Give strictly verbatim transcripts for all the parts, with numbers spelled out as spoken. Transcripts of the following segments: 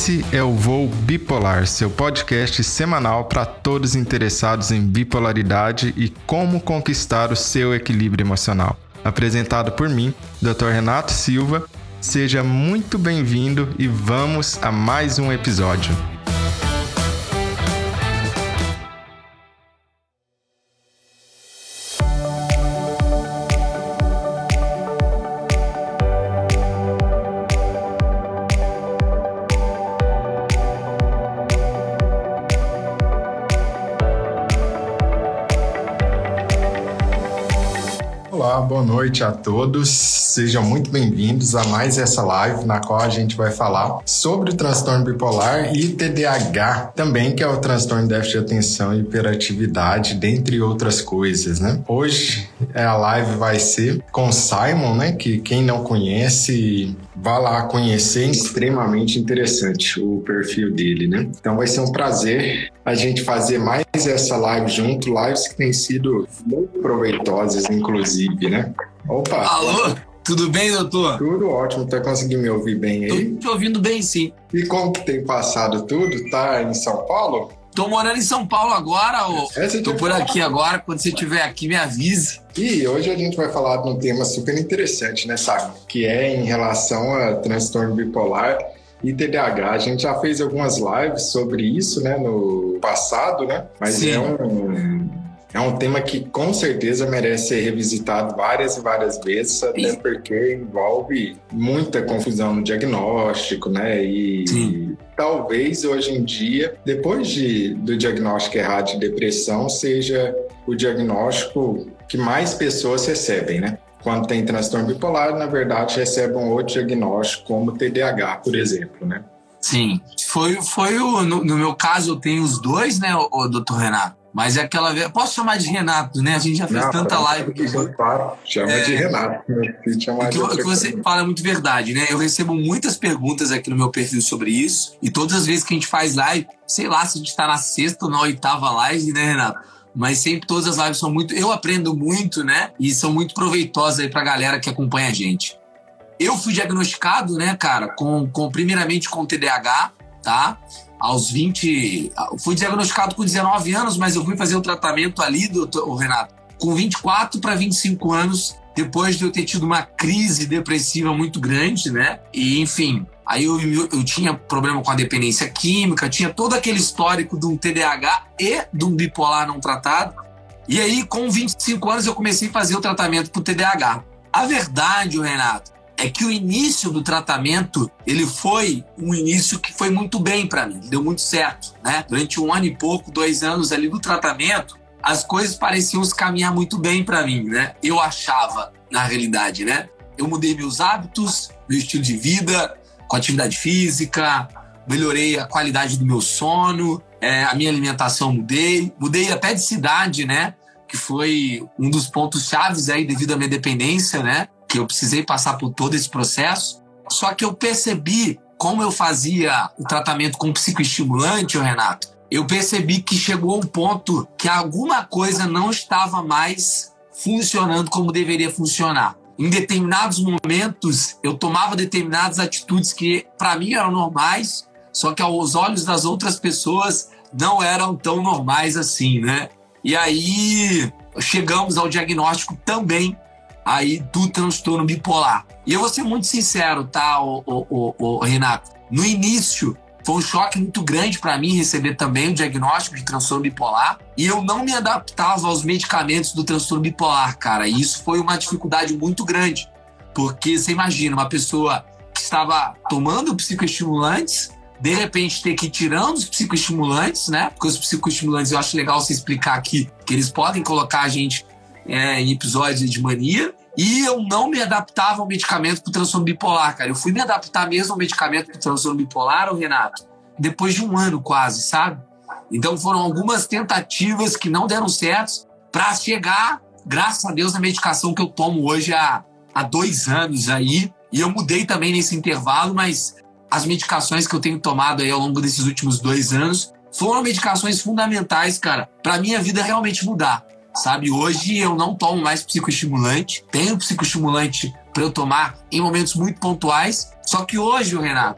Esse é o Voo Bipolar, seu podcast semanal para todos interessados em bipolaridade e como conquistar o seu equilíbrio emocional. Apresentado por mim, doutor Renato Silva. Seja muito bem-vindo e vamos a mais um episódio. Olá, boa noite a todos. Sejam muito bem-vindos a mais essa live na qual a gente vai falar sobre o transtorno bipolar e T D A H também, que é o transtorno de déficit de atenção e hiperatividade, dentre outras coisas, né? Hoje a live vai ser com o Simon, né? Que quem não conhece, vá lá conhecer, é extremamente interessante o perfil dele, né? Então vai ser um prazer a gente fazer mais essa live junto, lives que têm sido muito proveitosas, inclusive, né? Opa! Alô? Tudo bem, doutor? Tudo ótimo, tá conseguindo me ouvir bem aí? Tô te ouvindo bem, sim. E como que tem passado tudo? Tá em São Paulo? Tô morando em São Paulo agora, ô. É, tô por falar. Aqui agora, quando você estiver aqui, me avise. E hoje a gente vai falar de um tema super interessante, né, Simon? Que é em relação a transtorno bipolar e T D A H. A gente já fez algumas lives sobre isso, né, no passado, né? Mas Sim. é um, é um tema que com certeza merece ser revisitado várias e várias vezes, até Sim. porque envolve muita confusão no diagnóstico, né? E Sim. talvez hoje em dia, depois de, do diagnóstico errado de depressão, seja o diagnóstico que mais pessoas recebem, né? Quando tem transtorno bipolar, na verdade, recebem um outro diagnóstico, como T D A H, por exemplo, né? Sim. Foi, foi o, no, no meu caso, eu tenho os dois, né, o, o doutor Renato? Mas é aquela vez... Posso chamar de Renato, né? A gente já fez Não, tanta live que... Claro, chama é, de Renato. Chama que, de que você coisa. Fala é muito verdade, né? Eu recebo muitas perguntas aqui no meu perfil sobre isso. E todas as vezes que a gente faz live, sei lá se a gente tá na sexta ou na oitava live, né, Renato? Mas sempre todas as lives são muito... Eu aprendo muito, né? E são muito proveitosas aí pra galera que acompanha a gente. Eu fui diagnosticado, né, cara, com, com primeiramente com T D A H, tá? Aos vinte... Fui diagnosticado com dezenove anos, mas eu fui fazer o tratamento ali, doutor Renato, com vinte e quatro para vinte e cinco anos, depois de eu ter tido uma crise depressiva muito grande, né? E, enfim... Aí eu, eu, eu tinha problema com a dependência química, tinha todo aquele histórico de um T D A H e de um bipolar não tratado. E aí, com vinte e cinco anos, eu comecei a fazer o tratamento para o T D A H. A verdade, Renato, é que o início do tratamento, ele foi um início que foi muito bem para mim, deu muito certo, né? Durante um ano e pouco, dois anos ali do tratamento, as coisas pareciam se caminhar muito bem para mim, né? Eu achava, na realidade, né? Eu mudei meus hábitos, meu estilo de vida, com atividade física, melhorei a qualidade do meu sono, é, a minha alimentação mudei, mudei até de cidade, né? Que foi um dos pontos chaves aí devido à minha dependência, né? Que eu precisei passar por todo esse processo. Só que eu percebi, como eu fazia o tratamento com psicoestimulante, Renato, eu percebi que chegou um ponto que alguma coisa não estava mais funcionando como deveria funcionar. Em determinados momentos, eu tomava determinadas atitudes que, para mim, eram normais, só que aos olhos das outras pessoas não eram tão normais assim, né? E aí, chegamos ao diagnóstico também aí do transtorno bipolar. E eu vou ser muito sincero, tá, o, o, o, o Renato? No início, foi um choque muito grande para mim receber também o diagnóstico de transtorno bipolar. E eu não me adaptava aos medicamentos do transtorno bipolar, cara. E isso foi uma dificuldade muito grande. Porque você imagina, uma pessoa que estava tomando psicoestimulantes, de repente ter que ir tirando os psicoestimulantes, né? Porque os psicoestimulantes, eu acho legal você explicar aqui, que eles podem colocar a gente é, em episódios de mania. E eu não me adaptava ao medicamento para o transtorno bipolar, cara. Eu fui me adaptar mesmo ao medicamento para o transtorno bipolar, ô Renato, depois de um ano quase, sabe? Então foram algumas tentativas que não deram certo para chegar, graças a Deus, na medicação que eu tomo hoje há, há dois anos aí. E eu mudei também nesse intervalo, mas as medicações que eu tenho tomado aí ao longo desses últimos dois anos foram medicações fundamentais, cara, para minha vida realmente mudar. Sabe, hoje eu não tomo mais psicoestimulante, tenho psicoestimulante para eu tomar em momentos muito pontuais, só que hoje, Renato,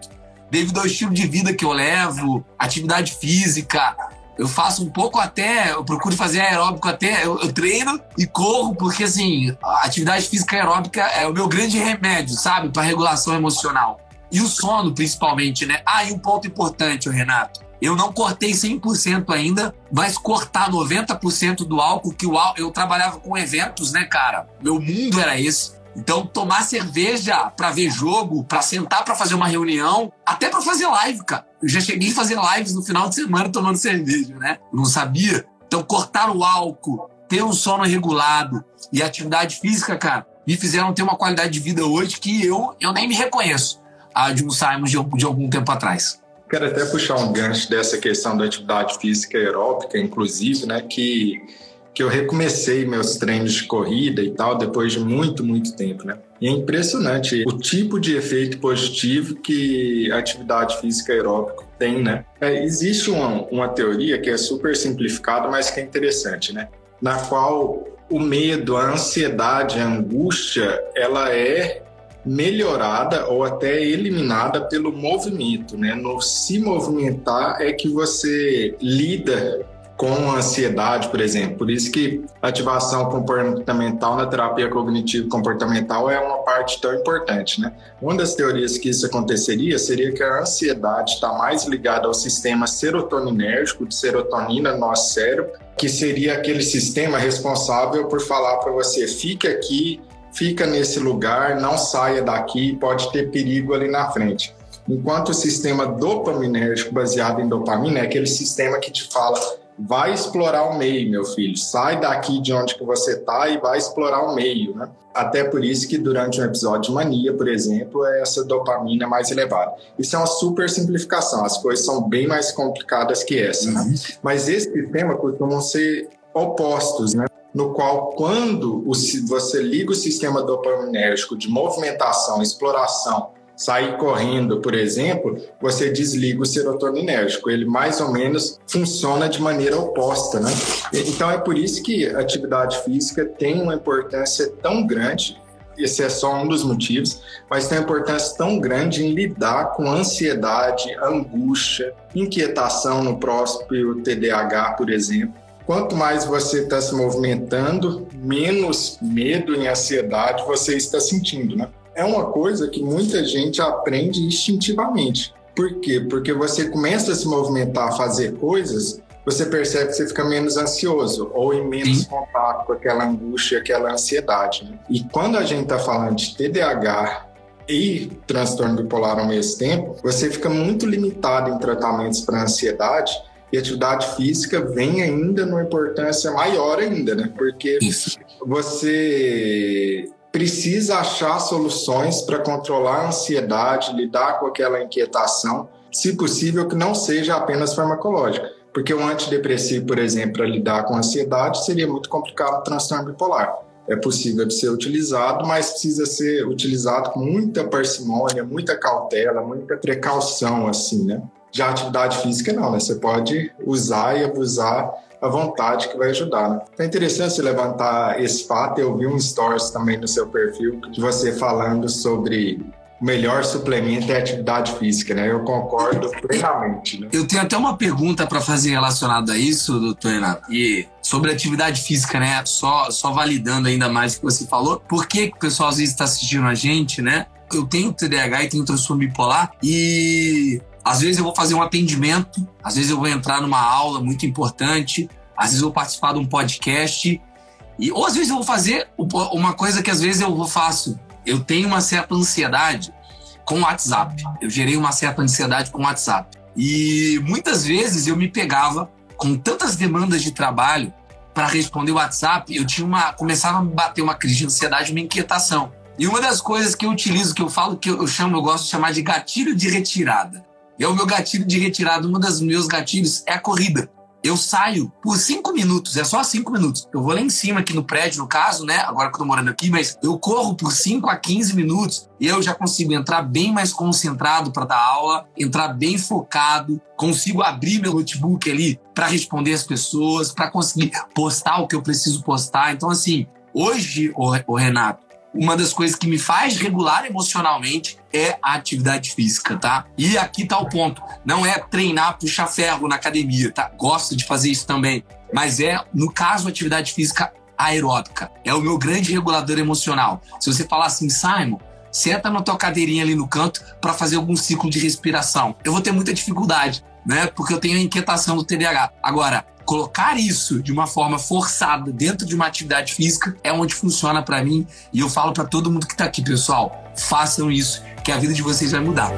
devido ao estilo de vida que eu levo, atividade física. Eu faço um pouco até, eu procuro fazer aeróbico até, eu, eu treino e corro, porque assim, a atividade física aeróbica é o meu grande remédio, sabe? Para regulação emocional. E o sono, principalmente, né? Ah, e um ponto importante, Renato. Eu não cortei cem por cento ainda, mas cortar noventa por cento do álcool, que o álcool, eu trabalhava com eventos, né, cara? Meu mundo era esse. Então, tomar cerveja pra ver jogo, pra sentar pra fazer uma reunião, até pra fazer live, cara. Eu já cheguei a fazer lives no final de semana tomando cerveja, né? Eu não sabia. Então, cortar o álcool, ter um sono regulado e atividade física, cara, me fizeram ter uma qualidade de vida hoje que eu, eu nem me reconheço a de um Simon de, de algum tempo atrás. Quero até puxar um gancho dessa questão da atividade física aeróbica, inclusive, né, que, que eu recomecei meus treinos de corrida e tal depois de muito, muito tempo, né? E é impressionante o tipo de efeito positivo que a atividade física aeróbica tem, né? É, existe uma, uma teoria que é super simplificada, mas que é interessante, né? Na qual o medo, a ansiedade, a angústia, ela é melhorada ou até eliminada pelo movimento, né? No se movimentar é que você lida com a ansiedade, por exemplo. Por isso que a ativação comportamental na terapia cognitivo-comportamental é uma parte tão importante, né? Uma das teorias que isso aconteceria seria que a ansiedade está mais ligada ao sistema serotoninérgico, de serotonina no nosso cérebro, que seria aquele sistema responsável por falar para você, fique aqui, fica nesse lugar, não saia daqui, pode ter perigo ali na frente. Enquanto o sistema dopaminérgico baseado em dopamina é aquele sistema que te fala, vai explorar o meio, meu filho, sai daqui de onde que você está e vai explorar o meio, né? Até por isso que durante um episódio de mania, por exemplo, essa dopamina é mais elevada. Isso é uma super simplificação, as coisas são bem mais complicadas que essa, né? Mas esse sistema costumam ser opostos, né? No qual, quando o, você liga o sistema dopaminérgico de movimentação, exploração, sair correndo, por exemplo, você desliga o serotoninérgico. Ele mais ou menos funciona de maneira oposta, né? Então é por isso que a atividade física tem uma importância tão grande, esse é só um dos motivos, mas tem uma importância tão grande em lidar com ansiedade, angústia, inquietação no próprio T D A H, por exemplo. Quanto mais você está se movimentando, menos medo e ansiedade você está sentindo, né? É uma coisa que muita gente aprende instintivamente. Por quê? Porque você começa a se movimentar, a fazer coisas, você percebe que você fica menos ansioso ou em menos Sim. contato com aquela angústia, aquela ansiedade, né? E quando a gente está falando de T D A H e transtorno bipolar ao mesmo tempo, você fica muito limitado em tratamentos para ansiedade. E a atividade física vem ainda numa importância maior ainda, né? Porque Isso. você precisa achar soluções para controlar a ansiedade, lidar com aquela inquietação, se possível que não seja apenas farmacológica. Porque o antidepressivo, por exemplo, para lidar com a ansiedade, seria muito complicado no transtorno bipolar. É possível de ser utilizado, mas precisa ser utilizado com muita parcimônia, muita cautela, muita precaução, assim, né? Já a atividade física não, né? Você pode usar e abusar à vontade que vai ajudar, né? Então é interessante você levantar esse fato. Eu vi um stories também no seu perfil de você falando sobre o melhor suplemento é a atividade física, né? Eu concordo plenamente, né? Eu tenho até uma pergunta para fazer relacionada a isso, doutor Renato, e sobre atividade física, né? Só, só validando ainda mais o que você falou. Por que o pessoal às vezes está assistindo a gente, né? Eu tenho T D A H e tenho transtorno bipolar e às vezes eu vou fazer um atendimento, às vezes eu vou entrar numa aula muito importante, às vezes eu vou participar de um podcast, e, ou às vezes eu vou fazer uma coisa que às vezes eu faço. Eu tenho uma certa ansiedade com o WhatsApp. Eu gerei uma certa ansiedade com o WhatsApp. E muitas vezes eu me pegava com tantas demandas de trabalho para responder o WhatsApp, eu tinha uma, começava a me bater uma crise de ansiedade, uma inquietação. E uma das coisas que eu utilizo, que eu falo, que eu chamo, eu gosto de chamar de gatilho de retirada. E é o meu gatilho de retirada, um dos meus gatilhos é a corrida. Eu saio por cinco minutos, é só cinco minutos. Eu vou lá em cima, aqui no prédio, no caso, né? Agora que eu tô morando aqui, mas eu corro por cinco a quinze minutos e eu já consigo entrar bem mais concentrado para dar aula, entrar bem focado, consigo abrir meu notebook ali para responder as pessoas, para conseguir postar o que eu preciso postar. Então, assim, hoje, o Renato, uma das coisas que me faz regular emocionalmente é a atividade física, tá? E aqui tá o ponto. Não é treinar, puxar ferro na academia, tá? Gosto de fazer isso também. Mas é, no caso, atividade física aeróbica. É o meu grande regulador emocional. Se você falar assim, Simon, senta na tua cadeirinha ali no canto para fazer algum ciclo de respiração. Eu vou ter muita dificuldade, né? Porque eu tenho a inquietação do T D A H. Agora, colocar isso de uma forma forçada dentro de uma atividade física é onde funciona para mim. E eu falo para todo mundo que tá aqui, pessoal, façam isso, que a vida de vocês vai mudar.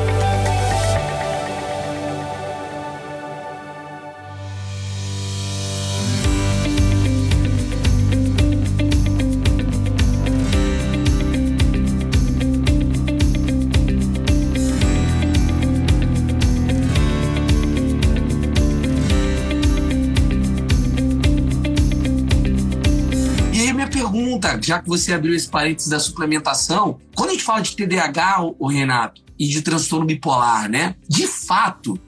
Pergunta, já que você abriu esse parênteses da suplementação, quando a gente fala de T D A H, o Renato, e de transtorno bipolar, né? De fato,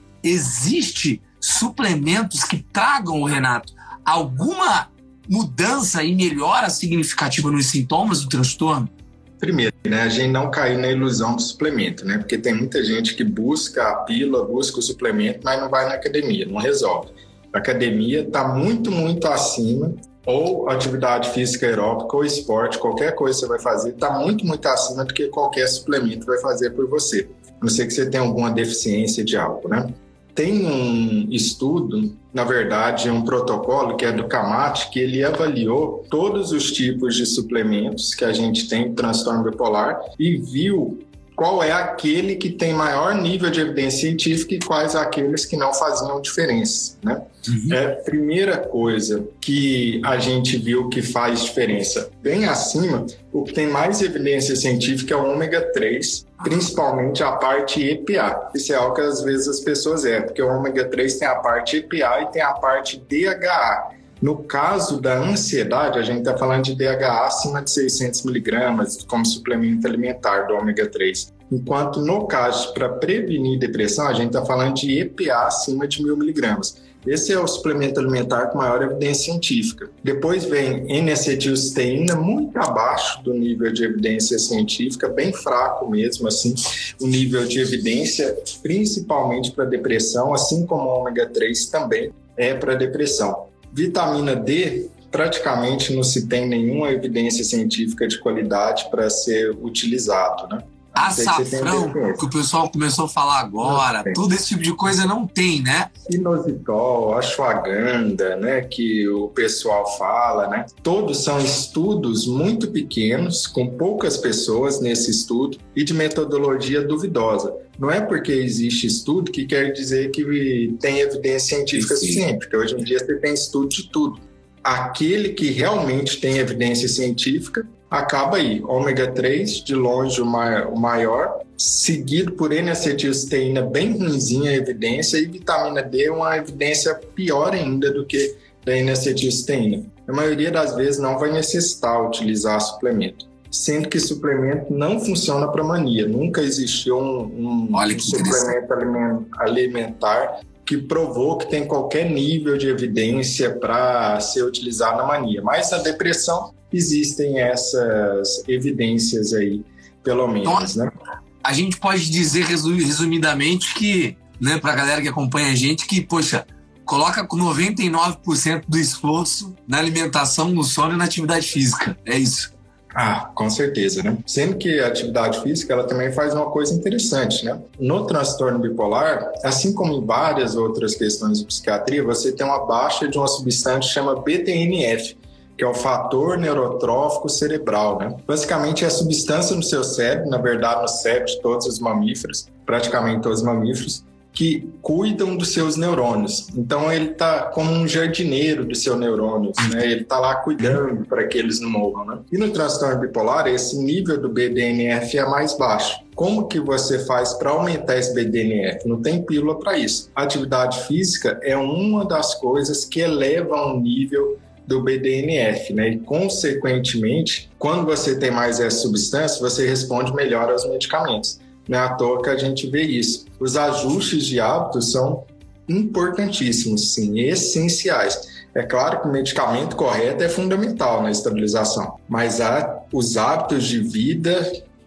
existe suplementos que tragam, o Renato, alguma mudança e melhora significativa nos sintomas do transtorno? Primeiro, né, a gente não cair na ilusão do suplemento, né? Porque tem muita gente que busca a pílula, busca o suplemento, mas não vai na academia, não resolve. A academia está muito, muito acima, ou atividade física aeróbica, ou esporte, qualquer coisa que você vai fazer, está muito, muito acima do que qualquer suplemento vai fazer por você. A não ser que você tenha alguma deficiência de algo, né? Tem um estudo, na verdade, um protocolo que é do CAMAT, que ele avaliou todos os tipos de suplementos que a gente tem em transtorno bipolar e viu qual é aquele que tem maior nível de evidência científica e quais aqueles que não faziam diferença, né? Uhum. É a primeira coisa que a gente viu que faz diferença. Bem acima, o que tem mais evidência científica é o ômega três, principalmente a parte E P A. Isso é algo que às vezes as pessoas erram, porque o ômega três tem a parte E P A e tem a parte D H A. No caso da ansiedade, a gente está falando de D H A acima de seiscentos miligramas como suplemento alimentar do ômega três. Enquanto no caso para prevenir depressão, a gente está falando de E P A acima de mil miligramas. Esse é o suplemento alimentar com maior evidência científica. Depois vem N acetilcisteína, muito abaixo do nível de evidência científica, bem fraco mesmo, assim, o nível de evidência, principalmente para depressão, assim como o ômega três também é para depressão. Vitamina D, praticamente não se tem nenhuma evidência científica de qualidade para ser utilizado, né? Açafrão, que o pessoal começou a falar agora, tudo esse tipo de coisa não tem, né? Inositol, ashwagandha, né, que o pessoal fala, né? Todos são estudos muito pequenos, com poucas pessoas nesse estudo e de metodologia duvidosa. Não é porque existe estudo que quer dizer que tem evidência científica suficiente, porque hoje em dia você tem estudo de tudo. Aquele que realmente tem evidência científica acaba aí, ômega três, de longe o maior, seguido por N acetilcisteína, bem ruimzinha a evidência, e vitamina D, uma evidência pior ainda do que da N acetilcisteína. A maioria das vezes não vai necessitar utilizar suplemento, sendo que suplemento não funciona para mania. Nunca existiu um, um, um suplemento alimentar que provou que tem qualquer nível de evidência para ser utilizado na mania. Mas na depressão existem essas evidências aí, pelo menos, então, né? A gente pode dizer resumidamente que, né, para a galera que acompanha a gente, que, poxa, coloca com noventa e nove por cento do esforço na alimentação, no sono e na atividade física. É isso. Ah, com certeza, né? Sendo que a atividade física, ela também faz uma coisa interessante, né? No transtorno bipolar, assim como em várias outras questões de psiquiatria, você tem uma baixa de uma substância que chama B D N F, que é o fator neurotrófico cerebral, né? Basicamente é a substância no seu cérebro, na verdade no cérebro de todos os mamíferos, praticamente todos os mamíferos, que cuidam dos seus neurônios. Então ele está como um jardineiro dos seus neurônios, né? Ele está lá cuidando para que eles não morram, né? E no transtorno bipolar, esse nível do B D N F é mais baixo. Como que você faz para aumentar esse B D N F? Não tem pílula para isso. A atividade física é uma das coisas que eleva o nível do B D N F, né? E, consequentemente, quando você tem mais essa substância, você responde melhor aos medicamentos. Não é à toa que a gente vê isso. Os ajustes de hábitos são importantíssimos, sim, essenciais. É claro que o medicamento correto é fundamental na estabilização, mas há os hábitos de vida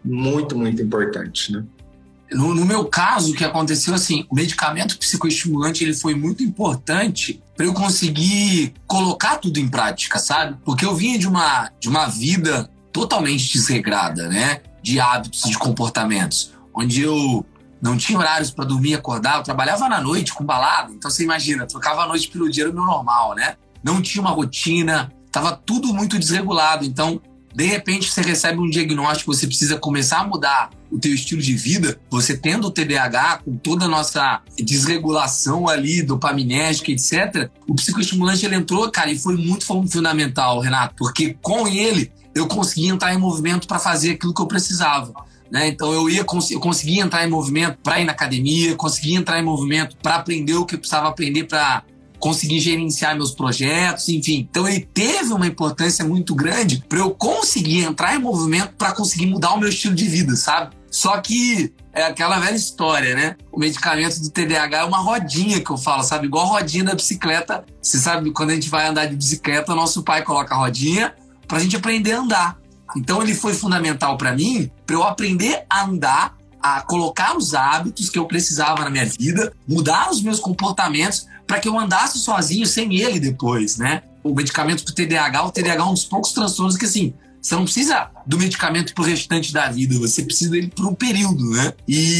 muito, muito importante, né? No, no meu caso, o que aconteceu assim, o medicamento psicoestimulante ele foi muito importante para eu conseguir colocar tudo em prática, sabe? Porque eu vinha de uma, de uma vida totalmente desregrada, né? De hábitos, de comportamentos, onde eu não tinha horários para dormir e acordar, eu trabalhava na noite com balada, então você imagina, trocava a noite pelo dia, era o meu normal, né? Não tinha uma rotina, tava tudo muito desregulado, então de repente você recebe um diagnóstico, você precisa começar a mudar o teu estilo de vida, você tendo o T D A H, com toda a nossa desregulação ali, dopaminérgica, etcétera, o psicoestimulante ele entrou, cara, e foi muito fundamental, Renato, porque com ele eu conseguia entrar em movimento para fazer aquilo que eu precisava. Né? Então eu, ia, eu conseguia entrar em movimento para ir na academia, conseguia entrar em movimento para aprender o que eu precisava aprender para conseguir gerenciar meus projetos, enfim. Então ele teve uma importância muito grande para eu conseguir entrar em movimento para conseguir mudar o meu estilo de vida, sabe? Só que é aquela velha história, né? O medicamento do T D A H é uma rodinha que eu falo, sabe? Igual a rodinha da bicicleta. Você sabe, quando a gente vai andar de bicicleta, nosso pai coloca a rodinha pra gente aprender a andar. Então ele foi fundamental para mim, para eu aprender a andar, a colocar os hábitos que eu precisava na minha vida, mudar os meus comportamentos para que eu andasse sozinho sem ele depois, né? O medicamento pro T D A H, o T D A H é um dos poucos transtornos que, assim, você não precisa do medicamento pro restante da vida, você precisa dele por um período, né?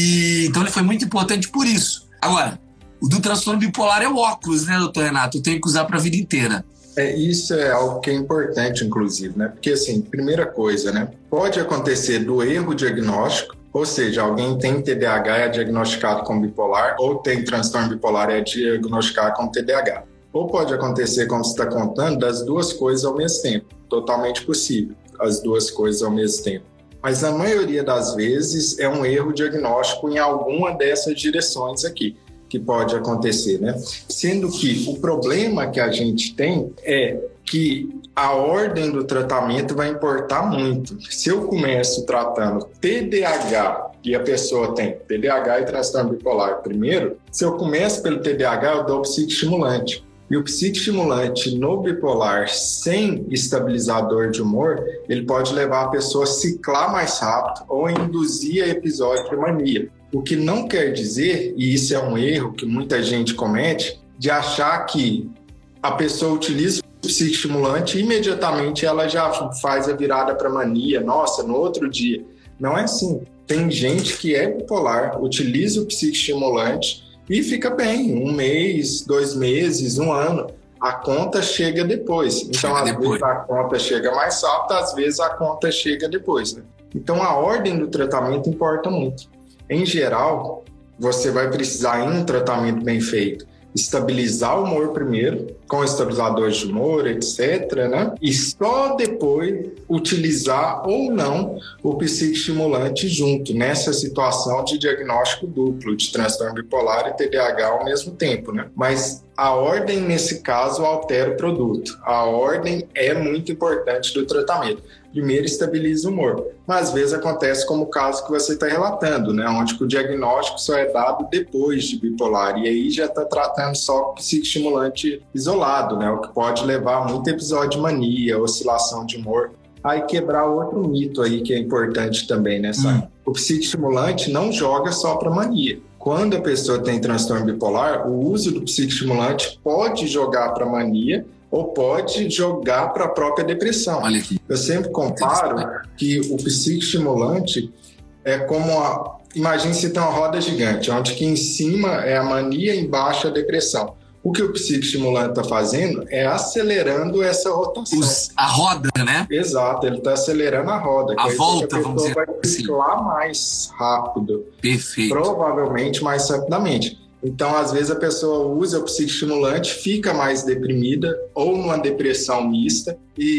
E então ele foi muito importante por isso. Agora, o do transtorno bipolar é o óculos, né, doutor Renato? Eu tenho que usar para a vida inteira. É, isso é algo que é importante, inclusive, né? Porque, assim, primeira coisa, né? Pode acontecer do erro diagnóstico, ou seja, alguém tem T D A H e é diagnosticado como bipolar, ou tem transtorno bipolar e é diagnosticado como T D A H. Ou pode acontecer, como você está contando, das duas coisas ao mesmo tempo. Totalmente possível, as duas coisas ao mesmo tempo. Mas, na maioria das vezes, é um erro diagnóstico em alguma dessas direções aqui que pode acontecer, né? Sendo que o problema que a gente tem é que a ordem do tratamento vai importar muito. Se eu começo tratando T D A H e a pessoa tem T D A H e transtorno bipolar primeiro, se eu começo pelo T D A H, eu dou o psicoestimulante. E o psicoestimulante no bipolar sem estabilizador de humor, ele pode levar a pessoa a ciclar mais rápido ou induzir a episódio de mania. O que não quer dizer, e isso é um erro que muita gente comete, de achar que a pessoa utiliza o psicoestimulante e imediatamente ela já faz a virada para mania. Nossa, no outro dia. Não é assim. Tem gente que é bipolar, utiliza o psicoestimulante e fica bem. Um mês, dois meses, um ano. A conta chega depois. Então, chega às depois. vezes a conta chega mais rápido, às vezes a conta chega depois. Né? Então, a ordem do tratamento importa muito. Em geral, você vai precisar, em um tratamento bem feito, estabilizar o humor primeiro, com estabilizadores de humor, etcétera, né? E só depois utilizar ou não o psicoestimulante junto, nessa situação de diagnóstico duplo, de transtorno bipolar e T D A H ao mesmo tempo, né? Mas a ordem, nesse caso, altera o produto. A ordem é muito importante do tratamento. Primeiro estabiliza o humor, mas às vezes acontece como o caso que você está relatando, né? Onde o diagnóstico só é dado depois de bipolar, e aí já está tratando só com psicoestimulante isolado, né? O que pode levar a muito episódio de mania, oscilação de humor. Aí quebrar outro mito aí que é importante também, né, sabe? Hum. O psicoestimulante não joga só para mania. Quando a pessoa tem transtorno bipolar, o uso do psicoestimulante pode jogar para mania ou pode jogar para a própria depressão. Olha aqui. Eu sempre comparo que o psicoestimulante é como a... Imagine se tem uma roda gigante, onde que em cima é a mania e embaixo a depressão. O que o psicoestimulante está fazendo é acelerando essa rotação. Os, a roda, né? Exato, ele está acelerando a roda. A volta, a vamos dizer vai ciclar assim. mais rápido. Perfeito. Provavelmente mais rapidamente. Então, às vezes, a pessoa usa o psicoestimulante, fica mais deprimida ou numa depressão mista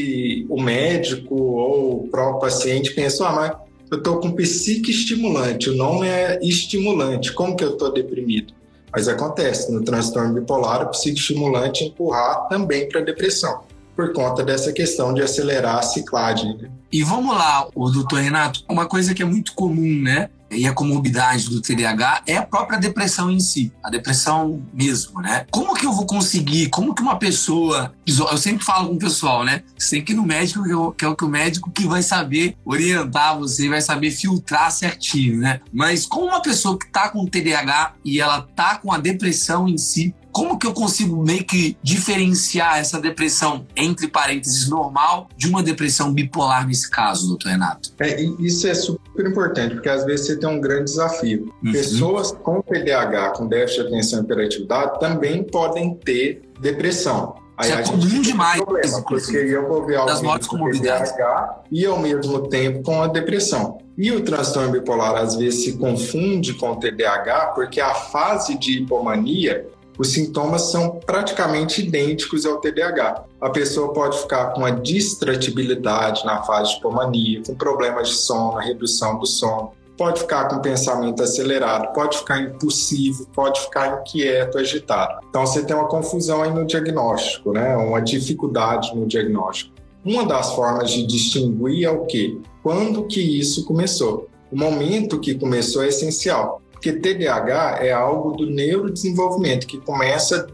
e o médico ou o próprio paciente pensa, ah, mas eu estou com psicoestimulante, o nome é estimulante, como que eu estou deprimido? Mas acontece, no transtorno bipolar, o psicoestimulante empurrar também para a depressão, por conta dessa questão de acelerar a ciclagem. Né? E vamos lá, o doutor Renato, uma coisa que é muito comum, né? e a comorbidade do T D A H é a própria depressão em si, a depressão mesmo, né? Como que eu vou conseguir, como que uma pessoa... Eu sempre falo com o pessoal, né? Você tem que ir no médico, que é o que o médico que vai saber orientar você, vai saber filtrar certinho, né? Mas como uma pessoa que tá com T D A H e ela tá com a depressão em si, como que eu consigo meio que diferenciar essa depressão, entre parênteses, normal, de uma depressão bipolar nesse caso, doutor Renato? É, isso é super importante, porque às vezes você tem um grande desafio. Uhum. Pessoas com T D A H, com déficit de atenção e hiperatividade, também podem ter depressão. Aí Isso é comum demais. Problema, porque eu vou ver alguém com T D A H e ao mesmo tempo com a depressão. E o transtorno bipolar às vezes se confunde com o T D A H, porque a fase de hipomania, os sintomas são praticamente idênticos ao T D A H. A pessoa pode ficar com uma distratibilidade na fase de hipomania, com problemas de sono, redução do sono, pode ficar com pensamento acelerado, pode ficar impulsivo, pode ficar inquieto, agitado. Então você tem uma confusão aí no diagnóstico, né? Uma dificuldade no diagnóstico. Uma das formas de distinguir é o quê? Quando que isso começou? O momento que começou é essencial. Porque T D A H é algo do neurodesenvolvimento que começa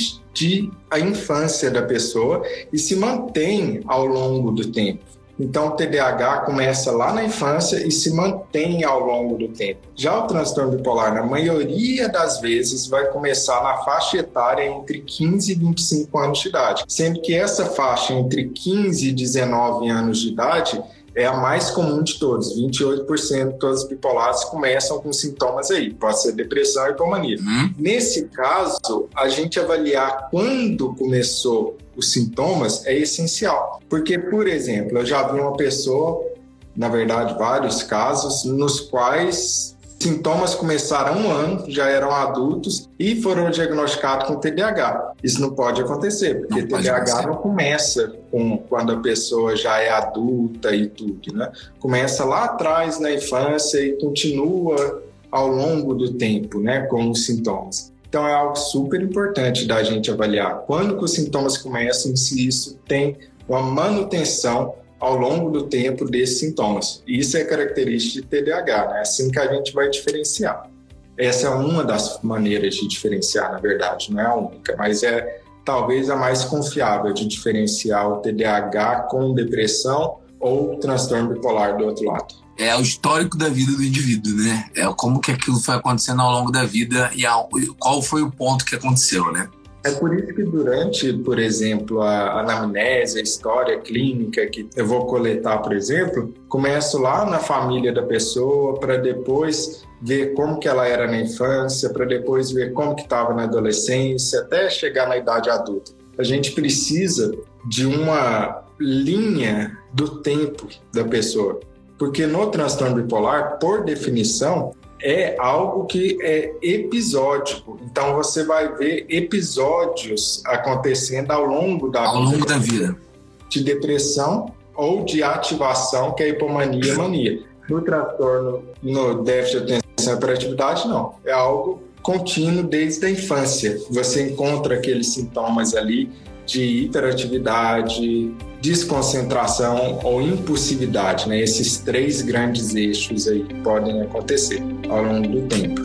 desde a infância da pessoa e se mantém ao longo do tempo. Então, o T D A H começa lá na infância e se mantém ao longo do tempo. Já o transtorno bipolar, na maioria das vezes, vai começar na faixa etária entre quinze e vinte e cinco anos de idade, sendo que essa faixa entre quinze e dezenove anos de idade é a mais comum de todos. vinte e oito por cento de todos os bipolares começam com sintomas aí. Pode ser depressão e hipomania. Uhum. Nesse caso, a gente avaliar quando começou os sintomas é essencial. Porque, por exemplo, eu já vi uma pessoa, na verdade, vários casos, nos quais sintomas começaram há um ano, já eram adultos e foram diagnosticados com T D A H. Isso não pode acontecer, porque não T D A H não começa com, quando a pessoa já é adulta e tudo, né? Começa lá atrás, na infância, e continua ao longo do tempo, né, com os sintomas. Então é algo super importante da gente avaliar quando que os sintomas começam e se isso tem uma manutenção ao longo do tempo desses sintomas. Isso é característica de T D A H, né? Assim que a gente vai diferenciar. Essa é uma das maneiras de diferenciar, na verdade, não é a única, mas é talvez a mais confiável de diferenciar o T D A H com depressão ou transtorno bipolar do outro lado. É o histórico da vida do indivíduo, né? É como que aquilo foi acontecendo ao longo da vida e qual foi o ponto que aconteceu, né? É por isso que durante, por exemplo, a anamnese, a história clínica que eu vou coletar, por exemplo, começo lá na família da pessoa para depois ver como que ela era na infância, para depois ver como que estava na adolescência, até chegar na idade adulta. A gente precisa de uma linha do tempo da pessoa, porque no transtorno bipolar, por definição, é algo que é episódico. Então, você vai ver episódios acontecendo ao longo da ao vida. longo da vida. De depressão ou de ativação, que é a hipomania e a mania. No transtorno, no déficit de atenção e hiperatividade, não. É algo contínuo desde a infância. Você encontra aqueles sintomas ali de hiperatividade, desconcentração ou impulsividade, né? Esses três grandes eixos aí podem acontecer ao longo do tempo.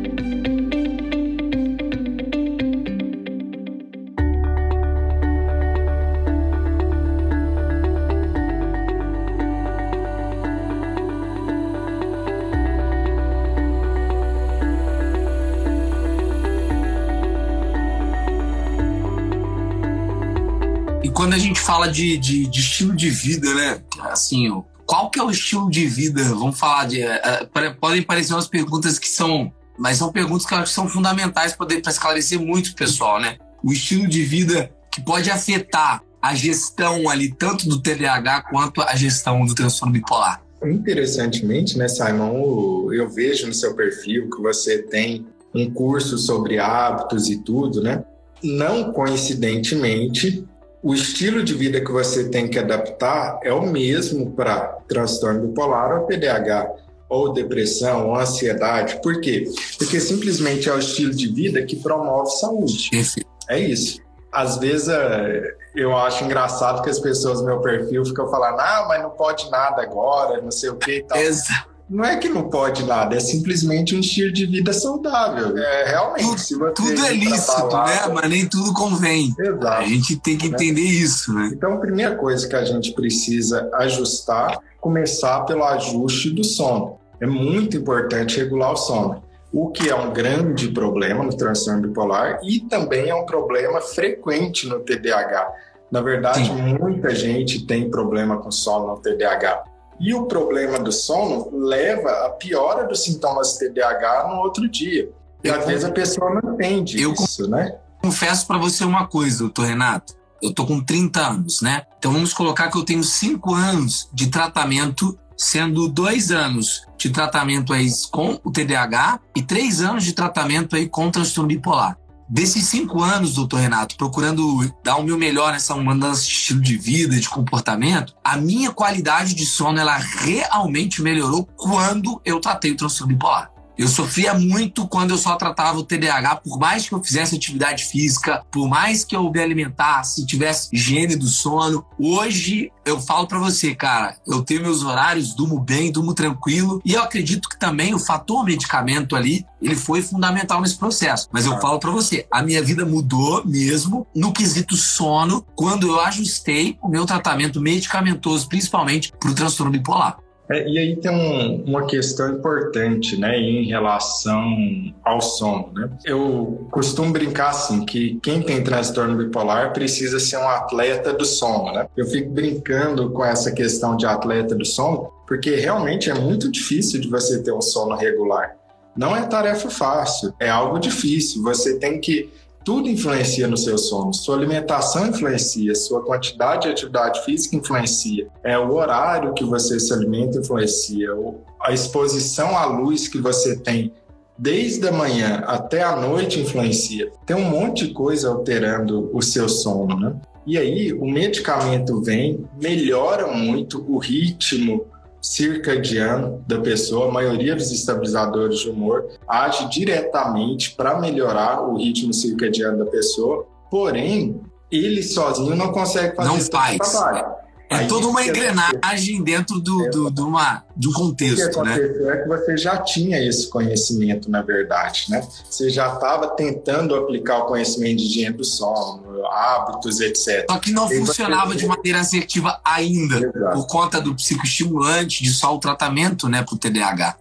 Quando a gente fala de, de, de estilo de vida, né? Assim, qual que é o estilo de vida? Vamos falar de... Uh, podem parecer umas perguntas que são... Mas são perguntas que eu acho que são fundamentais para esclarecer muito o pessoal, né? O estilo de vida que pode afetar a gestão ali, tanto do T D A H quanto a gestão do transtorno bipolar. Interessantemente, né, Simon? Eu vejo no seu perfil que você tem um curso sobre hábitos e tudo, né? Não coincidentemente... O estilo de vida que você tem que adaptar é o mesmo para transtorno bipolar ou T D A H, ou depressão, ou ansiedade. Por quê? Porque simplesmente é o estilo de vida que promove saúde. É isso. Às vezes eu acho engraçado que as pessoas no meu perfil ficam falando, ah, mas não pode nada agora, não sei o que e tal. Exato. não é que não pode nada, é simplesmente um estilo de vida saudável. É, realmente, tudo, se você tudo é lícito, balada, né? Mas nem tudo convém. Exato. A gente tem que entender né? isso, né? Então, a primeira coisa que a gente precisa ajustar, começar pelo ajuste do sono. É muito importante regular o sono, o que é um grande problema no transtorno bipolar e também é um problema frequente no T D A H. Na verdade, Sim. muita gente tem problema com sono no T D A H. E o problema do sono leva à piora dos sintomas T D A H no outro dia. E eu, às vezes a pessoa não entende eu isso, né? Confesso para você uma coisa, doutor Renato. Eu tô com trinta anos, né? Então vamos colocar que eu tenho cinco anos de tratamento, sendo dois anos de tratamento aí com o T D A H e três anos de tratamento aí com o transtorno bipolar. Desses cinco anos, doutor Renato, procurando dar o meu melhor nessa mudança de estilo de vida, de comportamento, a minha qualidade de sono, ela realmente melhorou quando eu tratei o transtorno bipolar. Eu sofria muito quando eu só tratava o T D A H, por mais que eu fizesse atividade física, por mais que eu me alimentasse, tivesse higiene do sono. Hoje, eu falo pra você, cara, eu tenho meus horários, durmo bem, durmo tranquilo, e eu acredito que também o fator medicamento ali, ele foi fundamental nesse processo. Mas eu falo pra você, a minha vida mudou mesmo no quesito sono, quando eu ajustei o meu tratamento medicamentoso, principalmente pro transtorno bipolar. É, e aí tem um, uma questão importante, né, em relação ao sono, né? Eu costumo brincar assim, que quem tem transtorno bipolar precisa ser um atleta do sono, né? Eu fico brincando com essa questão de atleta do sono, porque realmente é muito difícil de você ter um sono regular. Não é tarefa fácil, é algo difícil. Você tem que... Tudo influencia no seu sono, sua alimentação influencia, sua quantidade de atividade física influencia, é o horário que você se alimenta influencia, a exposição à luz que você tem desde a manhã até a noite influencia. Tem um monte de coisa alterando o seu sono, né? E aí o medicamento vem, melhora muito o ritmo circadiano da pessoa. A maioria dos estabilizadores de humor age diretamente para melhorar o ritmo circadiano da pessoa, porém, ele sozinho não consegue fazer esse trabalho. É Aí, toda uma engrenagem dentro do, do, do uma, de um contexto, o que aconteceu, né? É que você já tinha esse conhecimento, na verdade, né? Você já estava tentando aplicar o conhecimento de higiene do sono, hábitos, etcétera. Só que não e funcionava você... de maneira assertiva ainda, Exato. Por conta do psicoestimulante, de só o tratamento, né, para o T D A H.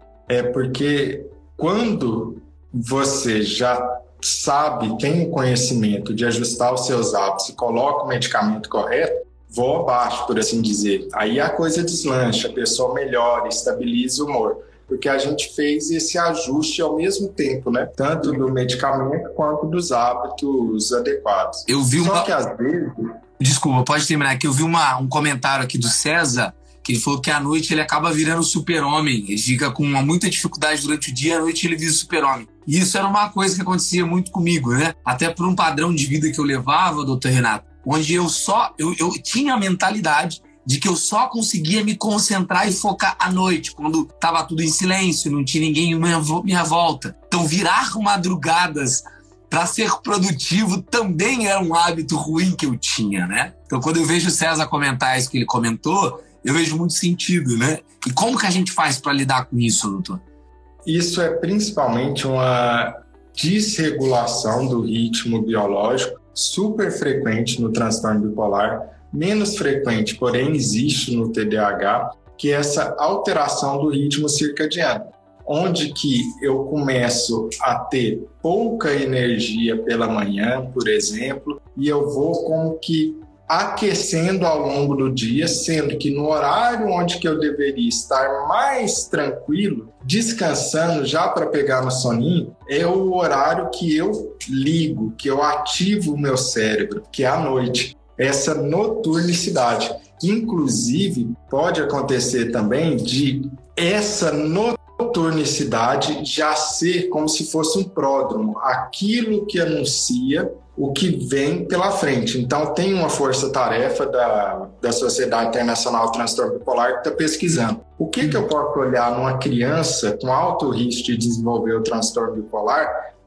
É porque quando você já sabe, tem o conhecimento de ajustar os seus hábitos e coloca o medicamento correto, vou abaixo, por assim dizer. Aí a coisa deslancha, a pessoa melhora, estabiliza o humor. Porque a gente fez esse ajuste ao mesmo tempo, né? Tanto do medicamento quanto dos hábitos adequados. Eu vi Só uma... que às vezes... Desculpa, pode terminar aqui. Eu vi uma, um comentário aqui do César, que ele falou que à noite ele acaba virando super-homem. Ele fica com uma, muita dificuldade durante o dia, à noite ele vira super-homem. E isso era uma coisa que acontecia muito comigo, né? Até por um padrão de vida que eu levava, doutor Renato, onde eu só, eu, eu tinha a mentalidade de que eu só conseguia me concentrar e focar à noite, quando estava tudo em silêncio, não tinha ninguém à minha, minha volta. Então virar madrugadas para ser produtivo também era um hábito ruim que eu tinha, né? Então quando eu vejo o César comentar isso que ele comentou, eu vejo muito sentido, né? E como que a gente faz para lidar com isso, doutor? Isso é principalmente uma desregulação do ritmo biológico, super frequente no transtorno bipolar, menos frequente, porém existe no T D A H, que é essa alteração do ritmo circadiano, onde que eu começo a ter pouca energia pela manhã, por exemplo, e eu vou como que aquecendo ao longo do dia, sendo que no horário onde que eu deveria estar mais tranquilo, descansando já para pegar no soninho, é o horário que eu ligo, que eu ativo o meu cérebro, que é à noite. Essa noturnicidade. Inclusive, pode acontecer também de essa noturnicidade já ser como se fosse um pródromo, aquilo que anuncia o que vem pela frente. Então, tem uma força-tarefa da, da Sociedade Internacional do Transtorno Bipolar que está pesquisando. O que, que eu posso olhar numa criança com alto risco de desenvolver o transtorno bipolar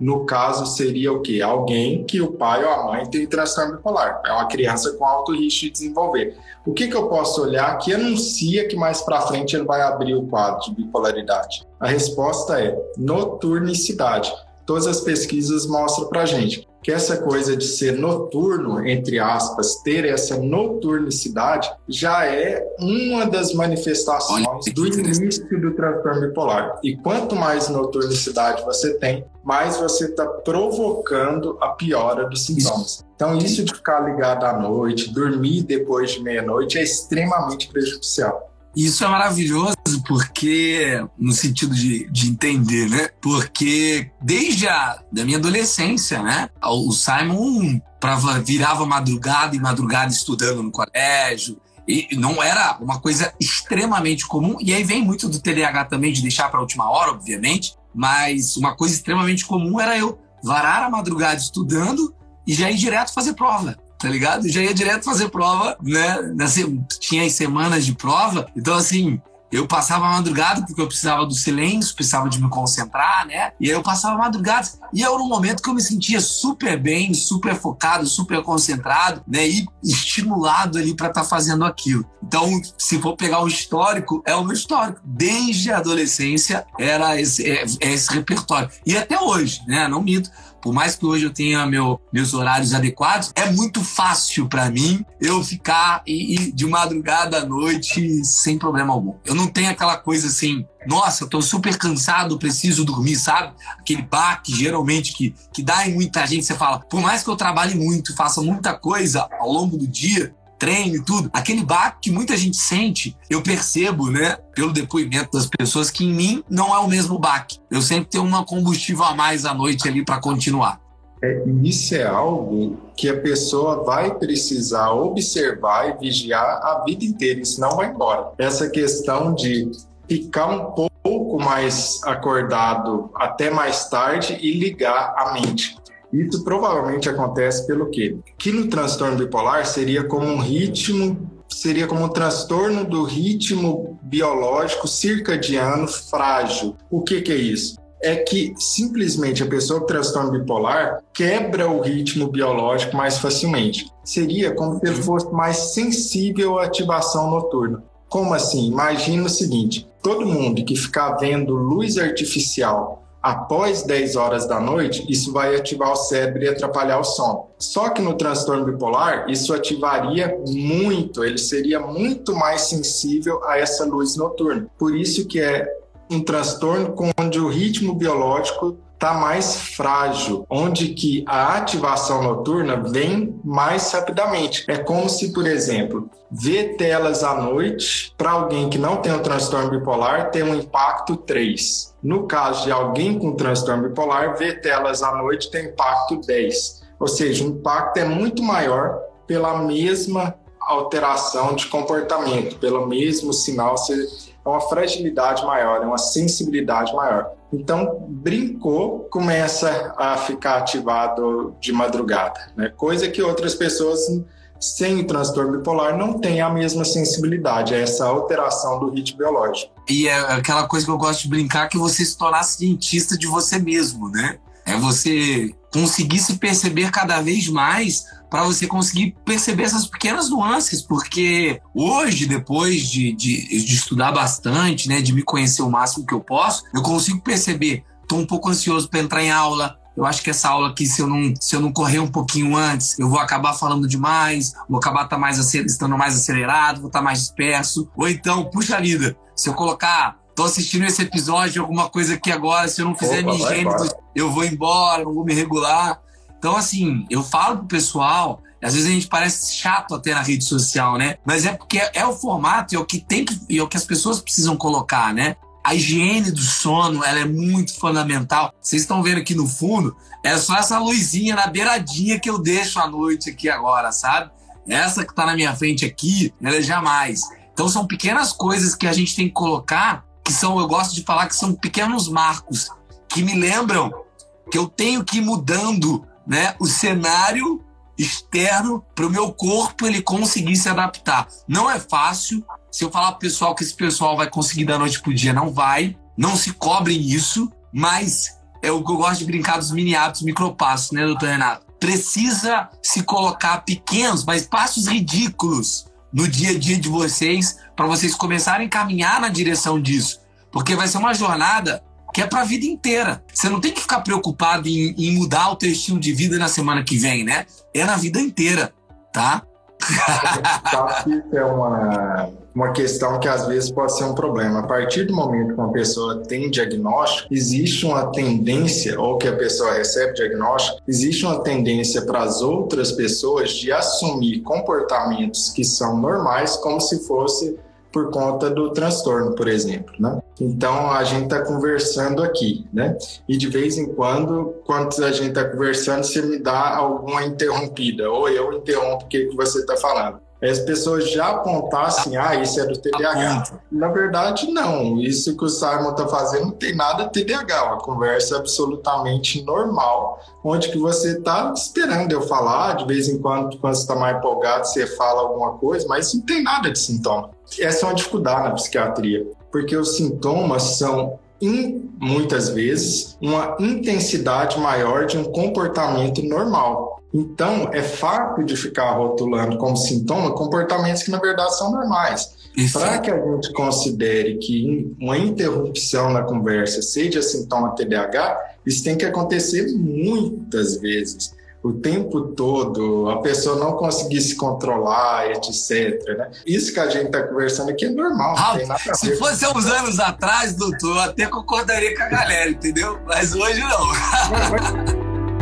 No caso, seria o quê? Alguém que o pai ou a mãe tem transtorno bipolar. É uma criança com alto risco de desenvolver. O que, que eu posso olhar que anuncia que mais para frente ele vai abrir o quadro de bipolaridade? A resposta é noturnicidade. Todas as pesquisas mostram para a gente que essa coisa de ser noturno, entre aspas, ter essa noturnicidade, já é uma das manifestações do início do transtorno bipolar. E quanto mais noturnicidade você tem, mais você está provocando a piora dos sintomas. Então, isso de ficar ligado à noite, dormir depois de meia-noite, é extremamente prejudicial. Isso é maravilhoso porque, no sentido de, de entender, né? Porque desde a da minha adolescência, né? O Simon pra, virava madrugada e madrugada estudando no colégio. E não era uma coisa extremamente comum. E aí vem muito do T D A H também, de deixar para a última hora, obviamente. Mas uma coisa extremamente comum era eu varar a madrugada estudando e já ir direto fazer prova. Tá ligado? Já ia direto fazer prova, né? Tinha as semanas de prova. Então, assim, eu passava a madrugada porque eu precisava do silêncio, precisava de me concentrar, né? E aí eu passava a madrugada. E era um momento que eu me sentia super bem, super focado, super concentrado, né? E estimulado ali para estar tá fazendo aquilo. Então, se for pegar o histórico, é o meu histórico. Desde a adolescência era esse, é, é esse repertório. E até hoje, né? Não minto. Por mais que hoje eu tenha meu, meus horários adequados, é muito fácil para mim eu ficar e, e de madrugada à noite sem problema algum. Eu não tenho aquela coisa assim, nossa, eu tô super cansado, preciso dormir, sabe? Aquele baque, geralmente, que, que dá em muita gente. Você fala, por mais que eu trabalhe muito, faça muita coisa ao longo do dia, treino e tudo, aquele baque que muita gente sente, eu percebo, né, pelo depoimento das pessoas, que em mim não é o mesmo baque. Eu sempre tenho uma combustível a mais à noite ali para continuar. É, isso é algo que a pessoa vai precisar observar e vigiar a vida inteira, isso não vai embora. Essa questão de ficar um pouco mais acordado até mais tarde e ligar a mente. Isso provavelmente acontece pelo quê? Que no transtorno bipolar seria como um ritmo, seria como um transtorno do ritmo biológico circadiano frágil. O que que é isso? É que simplesmente a pessoa com transtorno bipolar quebra o ritmo biológico mais facilmente. Seria como se ele fosse mais sensível à ativação noturna. Como assim? Imagina o seguinte, todo mundo que ficar vendo luz artificial após dez horas da noite, isso vai ativar o cérebro e atrapalhar o sono. Só que no transtorno bipolar, isso ativaria muito, ele seria muito mais sensível a essa luz noturna. Por isso que é um transtorno onde o ritmo biológico está mais frágil, onde que a ativação noturna vem mais rapidamente. É como se, por exemplo, ver telas à noite, para alguém que não tem um transtorno bipolar, tem um impacto três. No caso de alguém com transtorno bipolar, ver telas à noite tem impacto dez. Ou seja, o impacto é muito maior pela mesma alteração de comportamento, pelo mesmo sinal, é uma fragilidade maior, é uma sensibilidade maior. Então, brincou, começa a ficar ativado de madrugada, né? Coisa que outras pessoas sem o transtorno bipolar não têm a mesma sensibilidade, é essa alteração do ritmo biológico. E é aquela coisa que eu gosto de brincar, que você se tornar cientista de você mesmo, né? É você conseguir se perceber cada vez mais para você conseguir perceber essas pequenas nuances, porque hoje, depois de, de, de estudar bastante, né, de me conhecer o máximo que eu posso, eu consigo perceber, estou um pouco ansioso para entrar em aula, eu acho que essa aula aqui, se eu, não, se eu não correr um pouquinho antes, eu vou acabar falando demais, vou acabar tá mais, estando mais acelerado, vou estar tá mais disperso, ou então, puxa vida, se eu colocar... Tô assistindo esse episódio, alguma coisa aqui agora, se eu não fizer me gêmeos, eu vou embora, não vou me regular. Então, assim, eu falo pro pessoal, às vezes a gente parece chato até na rede social, né? Mas é porque é o formato e é o que tem que, e é o que as pessoas precisam colocar, né? A higiene do sono, ela é muito fundamental. Vocês estão vendo aqui no fundo, é só essa luzinha na beiradinha que eu deixo à noite aqui agora, sabe? Essa que tá na minha frente aqui, ela é jamais. Então, são pequenas coisas que a gente tem que colocar, que são, eu gosto de falar que são pequenos marcos, que me lembram que eu tenho que ir mudando, né, o cenário externo para o meu corpo ele conseguir se adaptar. Não é fácil. Se eu falar pro pessoal que esse pessoal vai conseguir da noite pro dia, não vai. Não se cobrem isso, mas é o que eu gosto de brincar dos mini hábitos, micropassos, né, doutor Renato? Precisa se colocar pequenos, mas passos ridículos no dia a dia de vocês, para vocês começarem a caminhar na direção disso. Porque vai ser uma jornada que é para a vida inteira. Você não tem que ficar preocupado em, em mudar o teu estilo de vida na semana que vem, né? É na vida inteira, tá? Isso é uma, uma questão que às vezes pode ser um problema. A partir do momento que uma pessoa tem diagnóstico, existe uma tendência, ou que a pessoa recebe diagnóstico, existe uma tendência para as outras pessoas de assumir comportamentos que são normais como se fosse por conta do transtorno, por exemplo, né? Então, a gente está conversando aqui, né? E de vez em quando, quando a gente está conversando, você me dá alguma interrompida, ou eu interrompo o que, que você está falando. As pessoas já apontassem, ah, isso é do T D A H. Na verdade, não. Isso que o Simon está fazendo não tem nada de T D A H. Uma conversa absolutamente normal, onde que você está esperando eu falar. De vez em quando, quando você está mais empolgado, você fala alguma coisa, mas não tem nada de sintoma. Essa é uma dificuldade na psiquiatria, porque os sintomas são, muitas vezes, uma intensidade maior de um comportamento normal. Então, é fácil de ficar rotulando como sintoma comportamentos que, na verdade, são normais. Para que a gente considere que uma interrupção na conversa seja sintoma T D A H, isso tem que acontecer muitas vezes. O tempo todo, a pessoa não conseguir se controlar, etcétera. Né? Isso que a gente está conversando aqui é normal. Ah, não tem nada a se ver fosse com... uns anos atrás, doutor, eu até concordaria com a galera, entendeu? Mas hoje não. Mas, mas...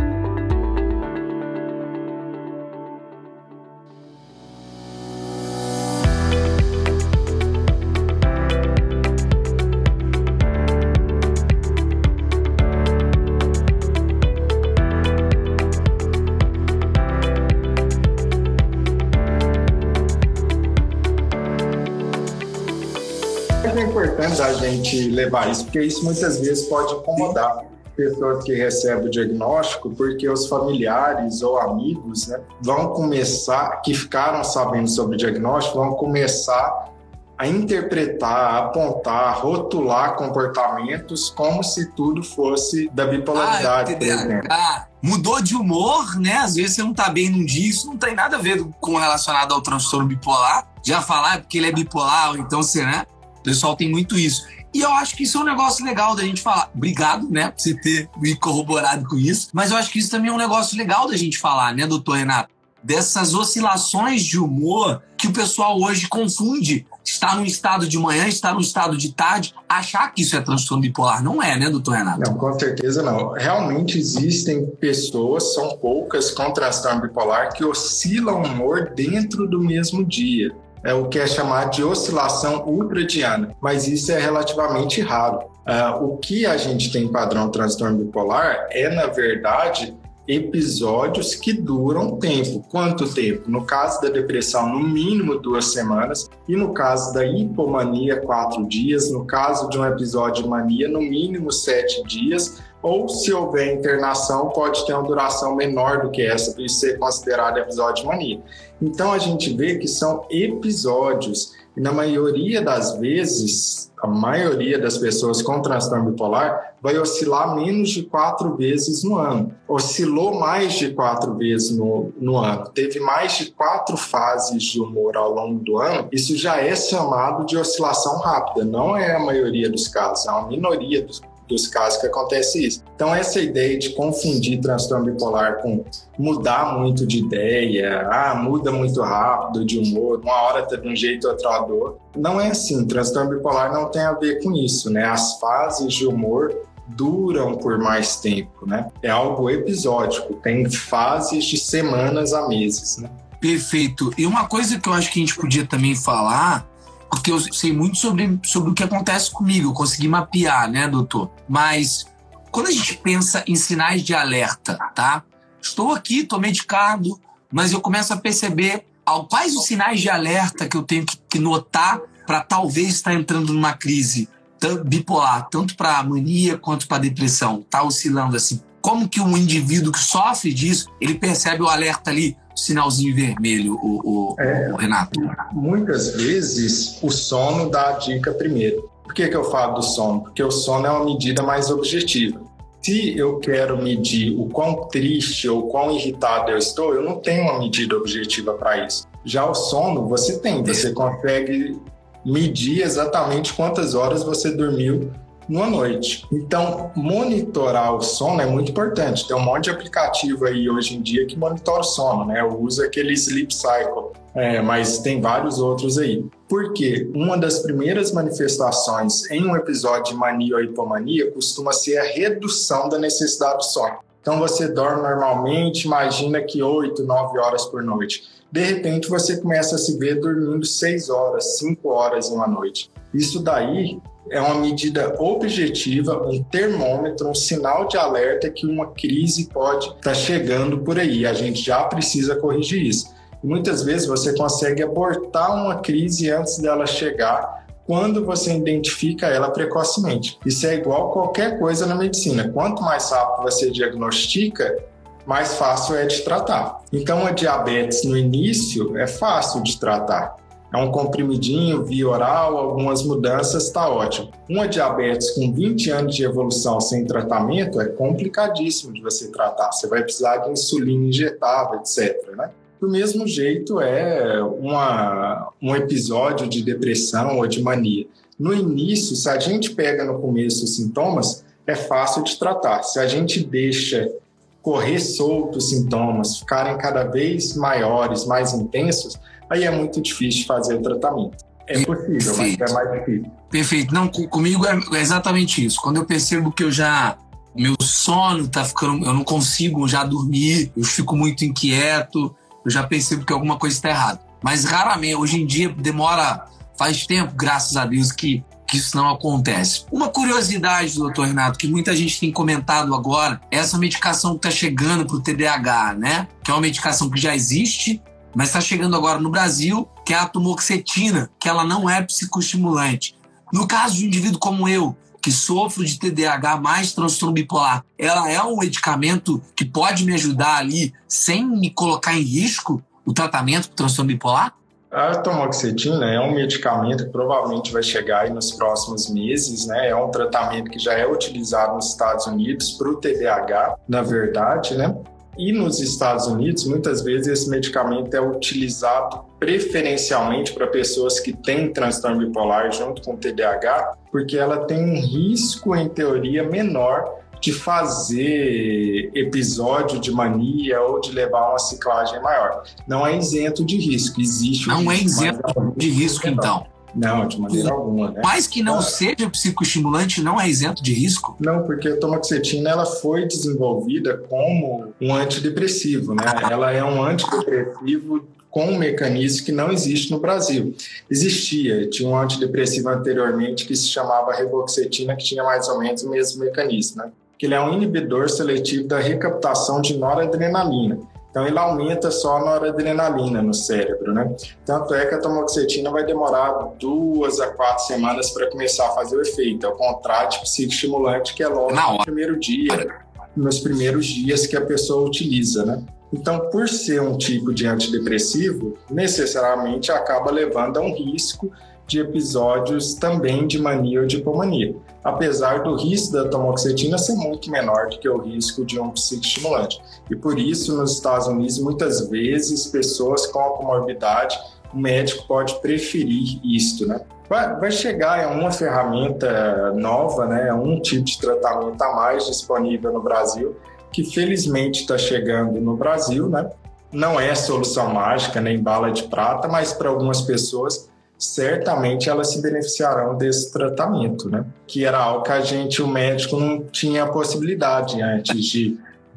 É importante a gente levar isso, porque isso muitas vezes pode incomodar pessoas que recebem o diagnóstico, porque os familiares ou amigos, né, vão começar, que ficaram sabendo sobre o diagnóstico, vão começar a interpretar, apontar, rotular comportamentos como se tudo fosse da bipolaridade, ah, por exemplo. Ah, mudou de humor, né? Às vezes você não tá bem num dia, isso não tem nada a ver com relacionado ao transtorno bipolar. Já falar porque ele é bipolar, ou então você, né? O pessoal tem muito isso. E eu acho que isso é um negócio legal da gente falar. Obrigado, né, por você ter me corroborado com isso. Mas eu acho que isso também é um negócio legal da gente falar, né, doutor Renato? Dessas oscilações de humor que o pessoal hoje confunde. Estar num estado de manhã, estar num estado de tarde, achar que isso é transtorno bipolar. Não é, né, doutor Renato? Não, com certeza não. Realmente existem pessoas, são poucas, com transtorno bipolar que oscilam o humor dentro do mesmo dia. É o que é chamado de oscilação ultradiana, mas isso é relativamente raro. Uh, o que a gente tem padrão transtorno bipolar é, na verdade, episódios que duram tempo. Quanto tempo? No caso da depressão, no mínimo duas semanas, e no caso da hipomania, quatro dias, no caso de um episódio de mania, no mínimo sete dias, ou se houver internação, pode ter uma duração menor do que essa, para isso ser considerado episódio de mania. Então a gente vê que são episódios, e na maioria das vezes, a maioria das pessoas com transtorno bipolar vai oscilar menos de quatro vezes no ano. Oscilou mais de quatro vezes no, no ano. Teve mais de quatro fases de humor ao longo do ano. Isso já é chamado de oscilação rápida. Não é a maioria dos casos, é uma minoria dos dos casos que acontece isso. Então, essa ideia de confundir transtorno bipolar com mudar muito de ideia, ah, muda muito rápido de humor, uma hora tá de um jeito, outra dor, não é assim. Transtorno bipolar não tem a ver com isso, né? As fases de humor duram por mais tempo, né? É algo episódico, tem fases de semanas a meses, né? Perfeito. E uma coisa que eu acho que a gente podia também falar, porque eu sei muito sobre, sobre o que acontece comigo, eu consegui mapear, né, doutor? Mas quando a gente pensa em sinais de alerta, tá? Estou aqui, estou medicado, mas eu começo a perceber quais os sinais de alerta que eu tenho que, que notar para talvez estar entrando numa crise bipolar, tanto para mania quanto para depressão, tá oscilando assim. Como que um indivíduo que sofre disso, ele percebe o alerta ali, o sinalzinho vermelho, o, o, é, o Renato? Muitas vezes o sono dá a dica primeiro. Por que que eu falo do sono? Porque o sono é uma medida mais objetiva. Se eu quero medir o quão triste ou quão irritado eu estou, eu não tenho uma medida objetiva para isso. Já o sono, você tem, você consegue medir exatamente quantas horas você dormiu numa noite. Então, monitorar o sono é muito importante. Tem um monte de aplicativo aí hoje em dia que monitora o sono, né? Eu uso aquele Sleep Cycle, é, mas tem vários outros aí. Porque uma das primeiras manifestações em um episódio de mania ou hipomania costuma ser a redução da necessidade de sono. Então, você dorme normalmente, imagina que oito, nove horas por noite. De repente, você começa a se ver dormindo seis horas, cinco horas em uma noite. Isso daí é uma medida objetiva, um termômetro, um sinal de alerta que uma crise pode estar chegando por aí. A gente já precisa corrigir isso. E muitas vezes você consegue abortar uma crise antes dela chegar, quando você identifica ela precocemente. Isso é igual a qualquer coisa na medicina. Quanto mais rápido você diagnostica, mais fácil é de tratar. Então, a diabetes no início é fácil de tratar. É um comprimidinho, via oral, algumas mudanças, está ótimo. Uma diabetes com vinte anos de evolução sem tratamento é complicadíssimo de você tratar. Você vai precisar de insulina injetável, etcétera, né? Do mesmo jeito é uma, um episódio de depressão ou de mania. No início, se a gente pega no começo os sintomas, é fácil de tratar. Se a gente deixa correr solto os sintomas, ficarem cada vez maiores, mais intensos, aí é muito difícil fazer o tratamento. É possível, Perfeito. Mas é mais difícil. Perfeito. Não, comigo é exatamente isso. Quando eu percebo que eu já... meu sono tá ficando... eu não consigo já dormir, eu fico muito inquieto, eu já percebo que alguma coisa está errada. Mas raramente, hoje em dia, demora... faz tempo, graças a Deus, que, que isso não acontece. Uma curiosidade, doutor Renato, que muita gente tem comentado agora, é essa medicação que está chegando para o T D A H, né? Que é uma medicação que já existe, mas está chegando agora no Brasil, que é a atomoxetina, que ela não é psicoestimulante. No caso de um indivíduo como eu, que sofro de T D A H mais transtorno bipolar, ela é um medicamento que pode me ajudar ali, sem me colocar em risco, o tratamento do transtorno bipolar? A atomoxetina é um medicamento que provavelmente vai chegar aí nos próximos meses, né? É um tratamento que já é utilizado nos Estados Unidos para o T D A H, na verdade, né? E nos Estados Unidos, muitas vezes esse medicamento é utilizado preferencialmente para pessoas que têm transtorno bipolar junto com o T D A H, porque ela tem um risco, em teoria, menor de fazer episódio de mania ou de levar uma ciclagem maior. Não é isento de risco, existe... Não risco, é isento de risco, então? Não, de maneira alguma, né? Mas que não ah. seja psicoestimulante não é isento de risco? Não, porque a atomoxetina ela foi desenvolvida como um antidepressivo, né? Ela é um antidepressivo com um mecanismo que não existe no Brasil. Existia, tinha um antidepressivo anteriormente que se chamava reboxetina, que tinha mais ou menos o mesmo mecanismo, né? Que ele é um inibidor seletivo da recaptação de noradrenalina. Então, ele aumenta só a noradrenalina no cérebro, né? Tanto é que a atomoxetina vai demorar duas a quatro semanas para começar a fazer o efeito, ao contrário de psicoestimulante, que é logo no primeiro dia, nos primeiros dias que a pessoa utiliza, né? Então, por ser um tipo de antidepressivo, necessariamente acaba levando a um risco de episódios também de mania ou de hipomania, apesar do risco da atomoxetina ser muito menor do que o risco de um psicoestimulante. E por isso, nos Estados Unidos, muitas vezes, pessoas com a comorbidade, o médico pode preferir isto, né? Vai, vai chegar, é uma ferramenta nova, né? É um tipo de tratamento a mais disponível no Brasil, que felizmente está chegando no Brasil, né? Não é solução mágica, nem bala de prata, mas para algumas pessoas certamente elas se beneficiarão desse tratamento, né? Que era algo que a gente, o médico, não tinha a possibilidade antes de,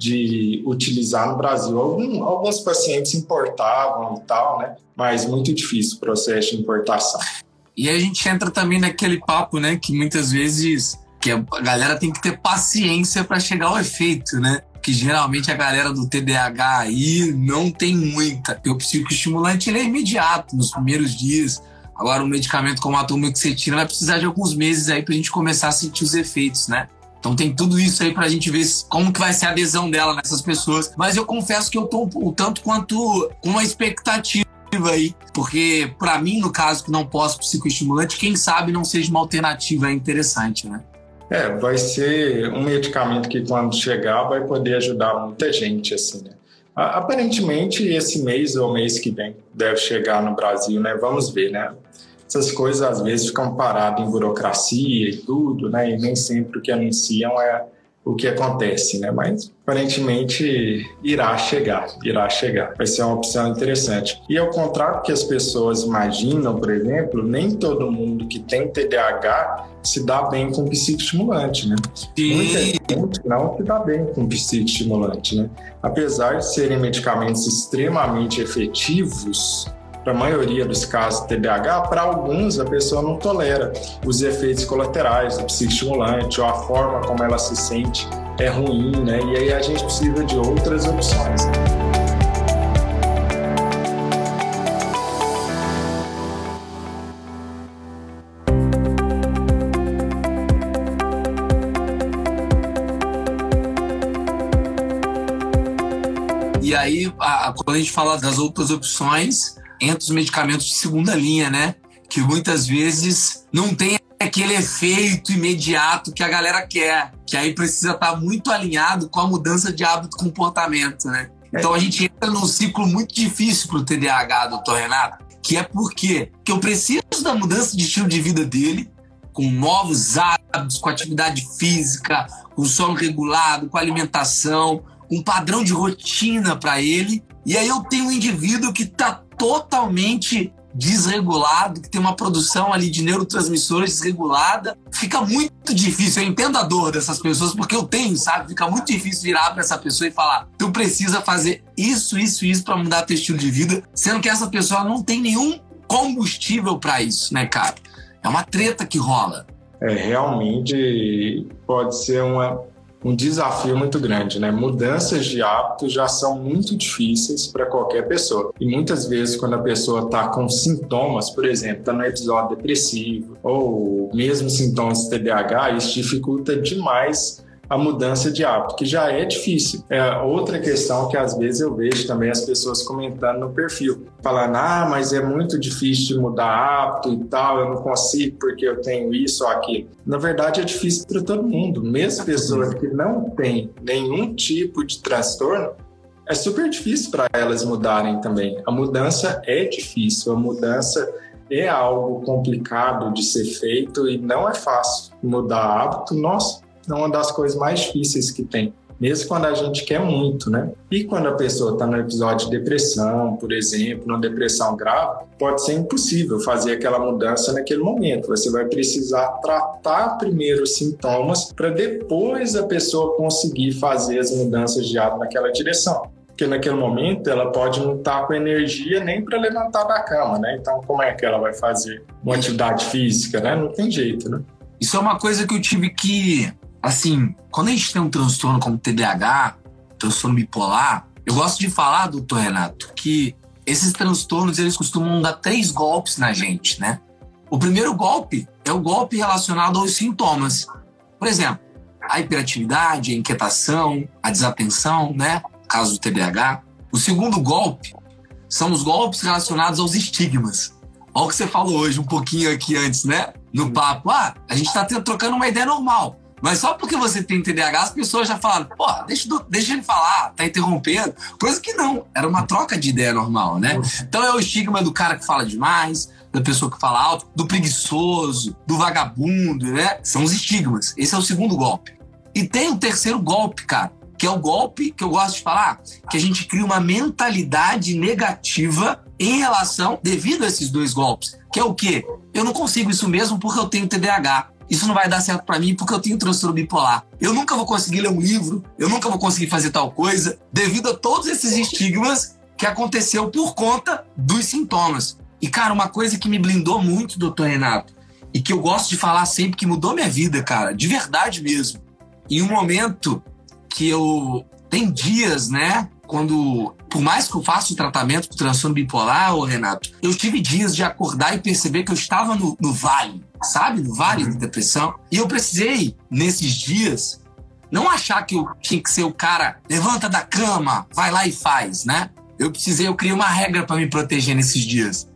de utilizar no Brasil. Algum, alguns pacientes importavam e tal, né? Mas muito difícil o processo de importação. E a gente entra também naquele papo, né? Que muitas vezes que a galera tem que ter paciência para chegar ao efeito, né? Que geralmente a galera do T D A H aí não tem muita. Porque o psicoestimulante ele é imediato, nos primeiros dias. Agora, um medicamento como a atomoxetina vai precisar de alguns meses aí pra gente começar a sentir os efeitos, né? Então tem tudo isso aí pra gente ver como que vai ser a adesão dela nessas pessoas. Mas eu confesso que eu tô um tanto quanto com uma expectativa aí. Porque, pra mim, no caso que não posso psicoestimulante, quem sabe não seja uma alternativa interessante, né? É, vai ser um medicamento que quando chegar vai poder ajudar muita gente, assim, né? Aparentemente esse mês ou mês que vem deve chegar no Brasil, né? Vamos ver, né? Essas coisas às vezes ficam paradas em burocracia e tudo, né? E nem sempre o que anunciam é o que acontece, né? Mas aparentemente irá chegar, irá chegar. Vai ser uma opção interessante. E ao contrário do que as pessoas imaginam, por exemplo, nem todo mundo que tem T D A H se dá bem com psicoestimulante, né? Sim. Muita gente não se dá bem com psicoestimulante, né? Apesar de serem medicamentos extremamente efetivos, para a maioria dos casos de T D A H, para alguns a pessoa não tolera os efeitos colaterais do psicoestimulante ou a forma como ela se sente é ruim, né? E aí a gente precisa de outras opções. E aí, a, quando a gente fala das outras opções, entra os medicamentos de segunda linha, né? Que muitas vezes não tem aquele efeito imediato que a galera quer, que aí precisa estar muito alinhado com a mudança de hábito e comportamento, né? Então a gente entra num ciclo muito difícil para o T D A H, doutor Renato, que é por quê? Porque eu preciso da mudança de estilo de vida dele, com novos hábitos, com atividade física, com sono regulado, com alimentação, um padrão de rotina para ele. E aí eu tenho um indivíduo que está totalmente desregulado, que tem uma produção ali de neurotransmissores desregulada. Fica muito difícil, eu entendo a dor dessas pessoas, porque eu tenho, sabe? Fica muito difícil virar para essa pessoa e falar: tu precisa fazer isso, isso, isso para mudar teu estilo de vida, sendo que essa pessoa não tem nenhum combustível para isso, né, cara? É uma treta que rola. É, realmente pode ser uma... um desafio muito grande, né? Mudanças de hábitos já são muito difíceis para qualquer pessoa. E muitas vezes, quando a pessoa está com sintomas, por exemplo, está no episódio depressivo ou mesmo sintomas de T D A H, isso dificulta demais a mudança de hábito, que já é difícil. É outra questão que às vezes eu vejo também as pessoas comentando no perfil, falando: ah, mas é muito difícil de mudar hábito e tal, eu não consigo porque eu tenho isso ou aquilo. Na verdade é difícil para todo mundo, mesmo pessoas que não têm nenhum tipo de transtorno, é super difícil para elas mudarem também. A mudança é difícil, a mudança é algo complicado de ser feito e não é fácil. Mudar hábito, nossa, é uma das coisas mais difíceis que tem, mesmo quando a gente quer muito, né? E quando a pessoa está no episódio de depressão, por exemplo, numa depressão grave, pode ser impossível fazer aquela mudança naquele momento. Você vai precisar tratar primeiro os sintomas para depois a pessoa conseguir fazer as mudanças de hábito naquela direção. Porque naquele momento ela pode não estar com energia nem para levantar da cama, né? Então como é que ela vai fazer uma atividade física, né? Não tem jeito, né? Isso é uma coisa que eu tive que... Assim, quando a gente tem um transtorno como T D A H, transtorno bipolar, eu gosto de falar, doutor Renato, que esses transtornos, eles costumam dar três golpes na gente, né? O primeiro golpe é o golpe relacionado aos sintomas. Por exemplo, a hiperatividade, a inquietação, a desatenção, né? No caso do T D A H. O segundo golpe são os golpes relacionados aos estigmas. Olha o que você falou hoje, um pouquinho aqui antes, né? No papo, ah, a gente tá trocando uma ideia normal. Mas só porque você tem T D A H, as pessoas já falaram: pô, deixa, deixa ele falar, tá interrompendo. Coisa que não, era uma troca de ideia normal, né? Então é o estigma do cara que fala demais, da pessoa que fala alto, do preguiçoso, do vagabundo, né? São os estigmas. Esse é o segundo golpe. E tem o terceiro golpe, cara, que é o golpe que eu gosto de falar, que a gente cria uma mentalidade negativa em relação, devido a esses dois golpes, que é o quê? Eu não consigo isso mesmo porque eu tenho T D A H. Isso não vai dar certo pra mim porque eu tenho transtorno bipolar. Eu nunca vou conseguir ler um livro, eu nunca vou conseguir fazer tal coisa, devido a todos esses estigmas que aconteceu por conta dos sintomas. E, cara, uma coisa que me blindou muito, doutor Renato, e que eu gosto de falar sempre, que mudou minha vida, cara, de verdade mesmo. Em um momento que eu... Tem dias, né, quando... Por mais que eu faça o tratamento do transtorno bipolar, ô Renato, eu tive dias de acordar e perceber que eu estava no, no vale, sabe? No vale da depressão. E eu precisei, nesses dias, não achar que eu tinha que ser o cara, levanta da cama, vai lá e faz, né? Eu precisei, eu criei uma regra para me proteger nesses dias.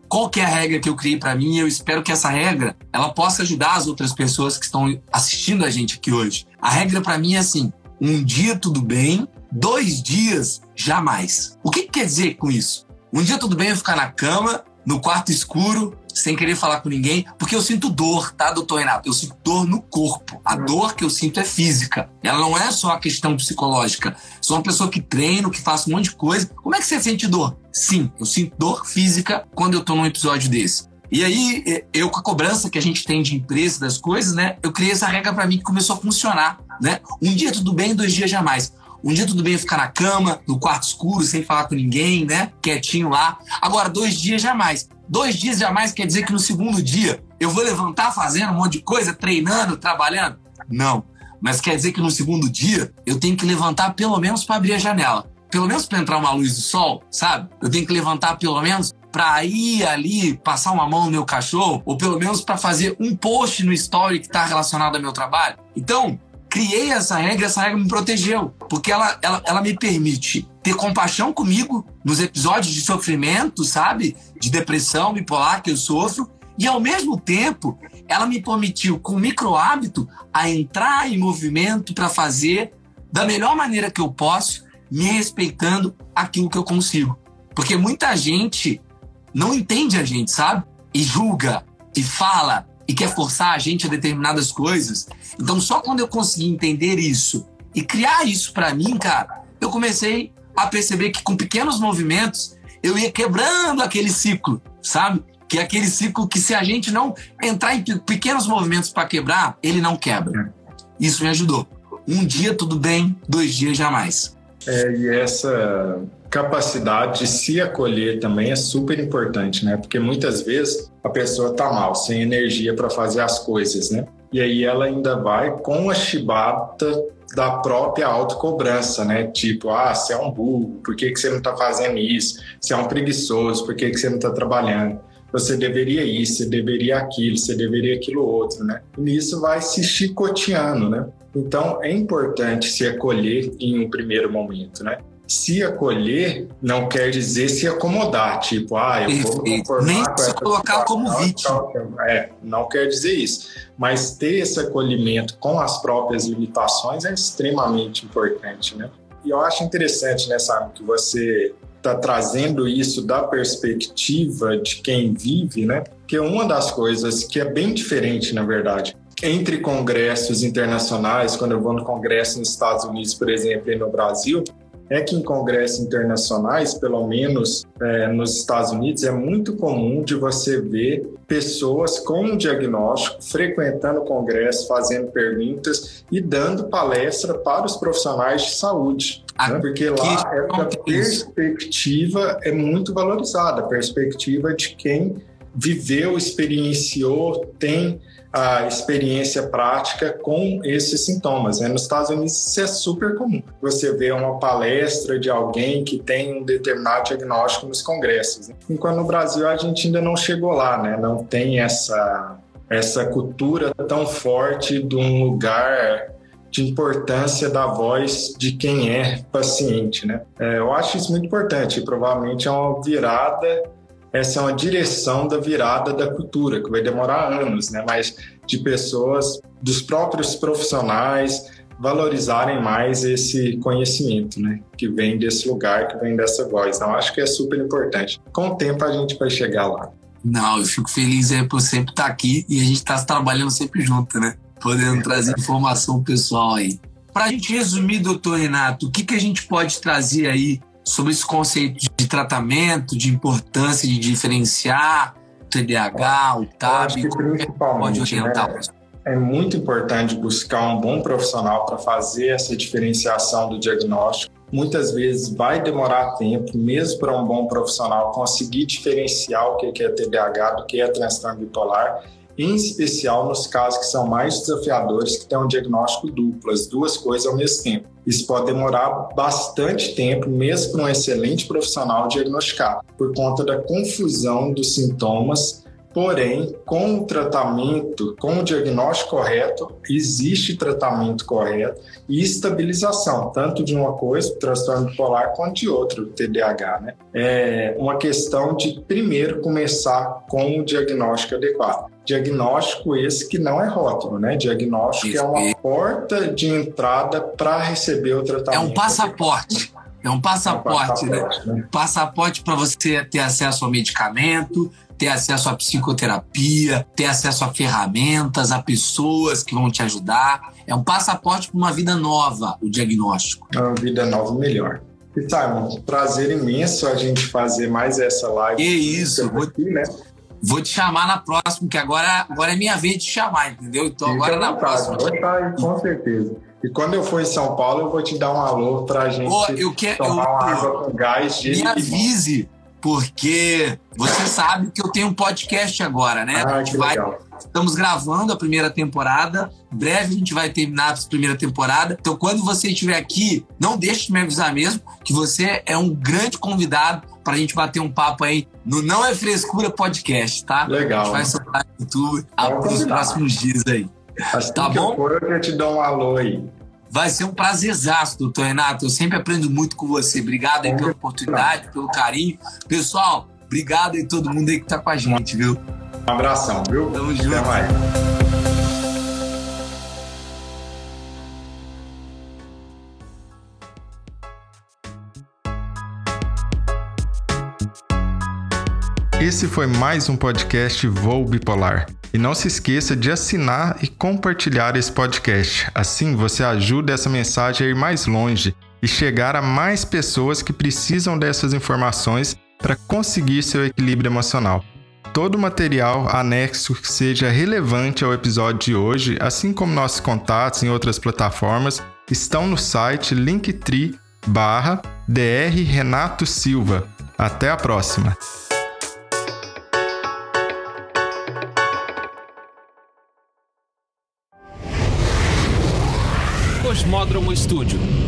qual que é a regra que eu criei para mim? Eu espero que essa regra ela possa ajudar as outras pessoas que estão assistindo a gente aqui hoje. A regra para mim é assim: um dia tudo bem, dois dias jamais. O que, que quer dizer com isso? Um dia tudo bem eu ficar na cama, no quarto escuro, sem querer falar com ninguém, porque eu sinto dor, tá, doutor Renato? Eu sinto dor no corpo. A dor que eu sinto é física. Ela não é só a questão psicológica. Sou uma pessoa que treino, que faço um monte de coisa. Como é que você sente dor? Sim, eu sinto dor física quando eu tô num episódio desse. E aí, eu com a cobrança que a gente tem de empresa das coisas, né? Eu criei essa regra pra mim que começou a funcionar, né? Um dia tudo bem, dois dias jamais. Um dia tudo bem eu ficar na cama, no quarto escuro, sem falar com ninguém, né? Quietinho lá. Agora, dois dias jamais. Dois dias jamais quer dizer que no segundo dia eu vou levantar fazendo um monte de coisa, treinando, trabalhando? Não. Mas quer dizer que no segundo dia eu tenho que levantar pelo menos para abrir a janela. Pelo menos para entrar uma luz do sol, sabe? Eu tenho que levantar pelo menos para ir ali, passar uma mão no meu cachorro, ou pelo menos para fazer um post no story que está relacionado ao meu trabalho. Então, criei essa regra, essa regra me protegeu, porque ela, ela, ela me permite ter compaixão comigo nos episódios de sofrimento, sabe? De depressão bipolar que eu sofro, e ao mesmo tempo ela me permitiu, com micro hábito, a entrar em movimento para fazer da melhor maneira que eu posso, me respeitando aquilo que eu consigo. Porque muita gente não entende a gente, sabe? E julga, e fala, e quer forçar a gente a determinadas coisas. Então, só quando eu consegui entender isso e criar isso pra mim, cara, eu comecei a perceber que com pequenos movimentos eu ia quebrando aquele ciclo, sabe? Que é aquele ciclo que se a gente não entrar em pequenos movimentos pra quebrar, ele não quebra. Isso me ajudou. Um dia tudo bem, dois dias jamais. É, e essa capacidade de se acolher também é super importante, né? Porque muitas vezes a pessoa tá mal, sem energia para fazer as coisas, né? E aí ela ainda vai com a chibata da própria autocobrança, né? Tipo, ah, você é um burro, por que, que você não tá fazendo isso? Você é um preguiçoso, por que, que você não tá trabalhando? Você deveria isso, você deveria aquilo, você deveria aquilo outro, né? E nisso vai se chicoteando, né? Então, é importante se acolher em um primeiro momento, né? Se acolher não quer dizer se acomodar, tipo, ah, eu vou me conformar nem com se essa colocar como vítima. É, não quer dizer isso. Mas ter esse acolhimento com as próprias limitações é extremamente importante, né? E eu acho interessante, né, Simon, que você está trazendo isso da perspectiva de quem vive, né? Porque uma das coisas que é bem diferente, na verdade, entre congressos internacionais, quando eu vou no congresso nos Estados Unidos, por exemplo, e no Brasil, é que em congressos internacionais, pelo menos é, nos Estados Unidos, é muito comum de você ver pessoas com um diagnóstico frequentando o congresso, fazendo perguntas e dando palestra para os profissionais de saúde. Né? Porque lá essa perspectiva é muito valorizada, a perspectiva de quem viveu, experienciou, tem a experiência prática com esses sintomas. Né? Nos Estados Unidos isso é super comum. Você vê uma palestra de alguém que tem um determinado diagnóstico nos congressos. Né? Enquanto no Brasil a gente ainda não chegou lá, né? Não tem essa, essa cultura tão forte de um lugar de importância da voz de quem é paciente. Né? É, eu acho isso muito importante e provavelmente é uma virada. Essa é uma direção da virada da cultura, que vai demorar anos, né? Mas de pessoas, dos próprios profissionais, valorizarem mais esse conhecimento, né? Que vem desse lugar, que vem dessa voz. Então, acho que é super importante. Com o tempo, a gente vai chegar lá. Não, eu fico feliz é, por sempre estar aqui e a gente está trabalhando sempre junto, né? Podendo trazer informação pessoal aí. Para a gente resumir, doutor Renato, o que, que a gente pode trazer aí sobre esse conceito de tratamento, de importância de diferenciar o T D A H, o T A B, pode orientar? Né, é muito importante buscar um bom profissional para fazer essa diferenciação do diagnóstico. Muitas vezes vai demorar tempo, mesmo para um bom profissional conseguir diferenciar o que é T D A H do que é transtorno bipolar, em especial nos casos que são mais desafiadores, que têm um diagnóstico duplo, as duas coisas ao mesmo tempo. Isso pode demorar bastante tempo, mesmo para um excelente profissional diagnosticar, por conta da confusão dos sintomas, Porém, com o tratamento, com o diagnóstico correto, existe tratamento correto e estabilização, tanto de uma coisa, o transtorno bipolar, quanto de outra, o T D A H, né? É uma questão de, primeiro, começar com o diagnóstico adequado. Diagnóstico esse que não é rótulo, né? Diagnóstico Isso. é uma porta de entrada para receber o tratamento. É um passaporte. É um passaporte, é um passaporte, né? né? Passaporte para você ter acesso ao medicamento, ter acesso à psicoterapia, ter acesso a ferramentas, a pessoas que vão te ajudar. É um passaporte para uma vida nova, o diagnóstico. Uma vida nova melhor. E Simon, prazer imenso a gente fazer mais essa live. Que isso, vou, aqui, né? Vou te chamar na próxima, que agora, agora é minha vez de te chamar, entendeu? Então agora é na próxima. Vou estar aí, com certeza. E quando eu for em São Paulo, eu vou te dar um alô pra gente Pô, eu quero, tomar eu, uma água com gás. Me avise, porque você sabe que eu tenho um podcast agora, né? Ah, a gente que vai, legal. Estamos gravando a primeira temporada. Em breve a gente vai terminar a primeira temporada. Então, quando você estiver aqui, não deixe de me avisar mesmo que você é um grande convidado para a gente bater um papo aí no Não É Frescura Podcast, tá? Legal. A gente vai soltar no YouTube nos próximos dias aí. Assim tá que bom? Eu for, eu já te dou um alô aí. Vai ser um prazerzaço, doutor Renato. Eu sempre aprendo muito com você. Obrigado aí pela oportunidade, pelo carinho. Pessoal, obrigado aí todo mundo aí que tá com a gente, viu? Um abração, viu? Tamo junto. Até mais. Esse foi mais um podcast Voo Bipolar. E não se esqueça de assinar e compartilhar esse podcast. Assim você ajuda essa mensagem a ir mais longe e chegar a mais pessoas que precisam dessas informações para conseguir seu equilíbrio emocional. Todo material anexo que seja relevante ao episódio de hoje, assim como nossos contatos em outras plataformas, estão no site linktree barra dr Renato Silva. Até a próxima! Cosmódromo Estúdio.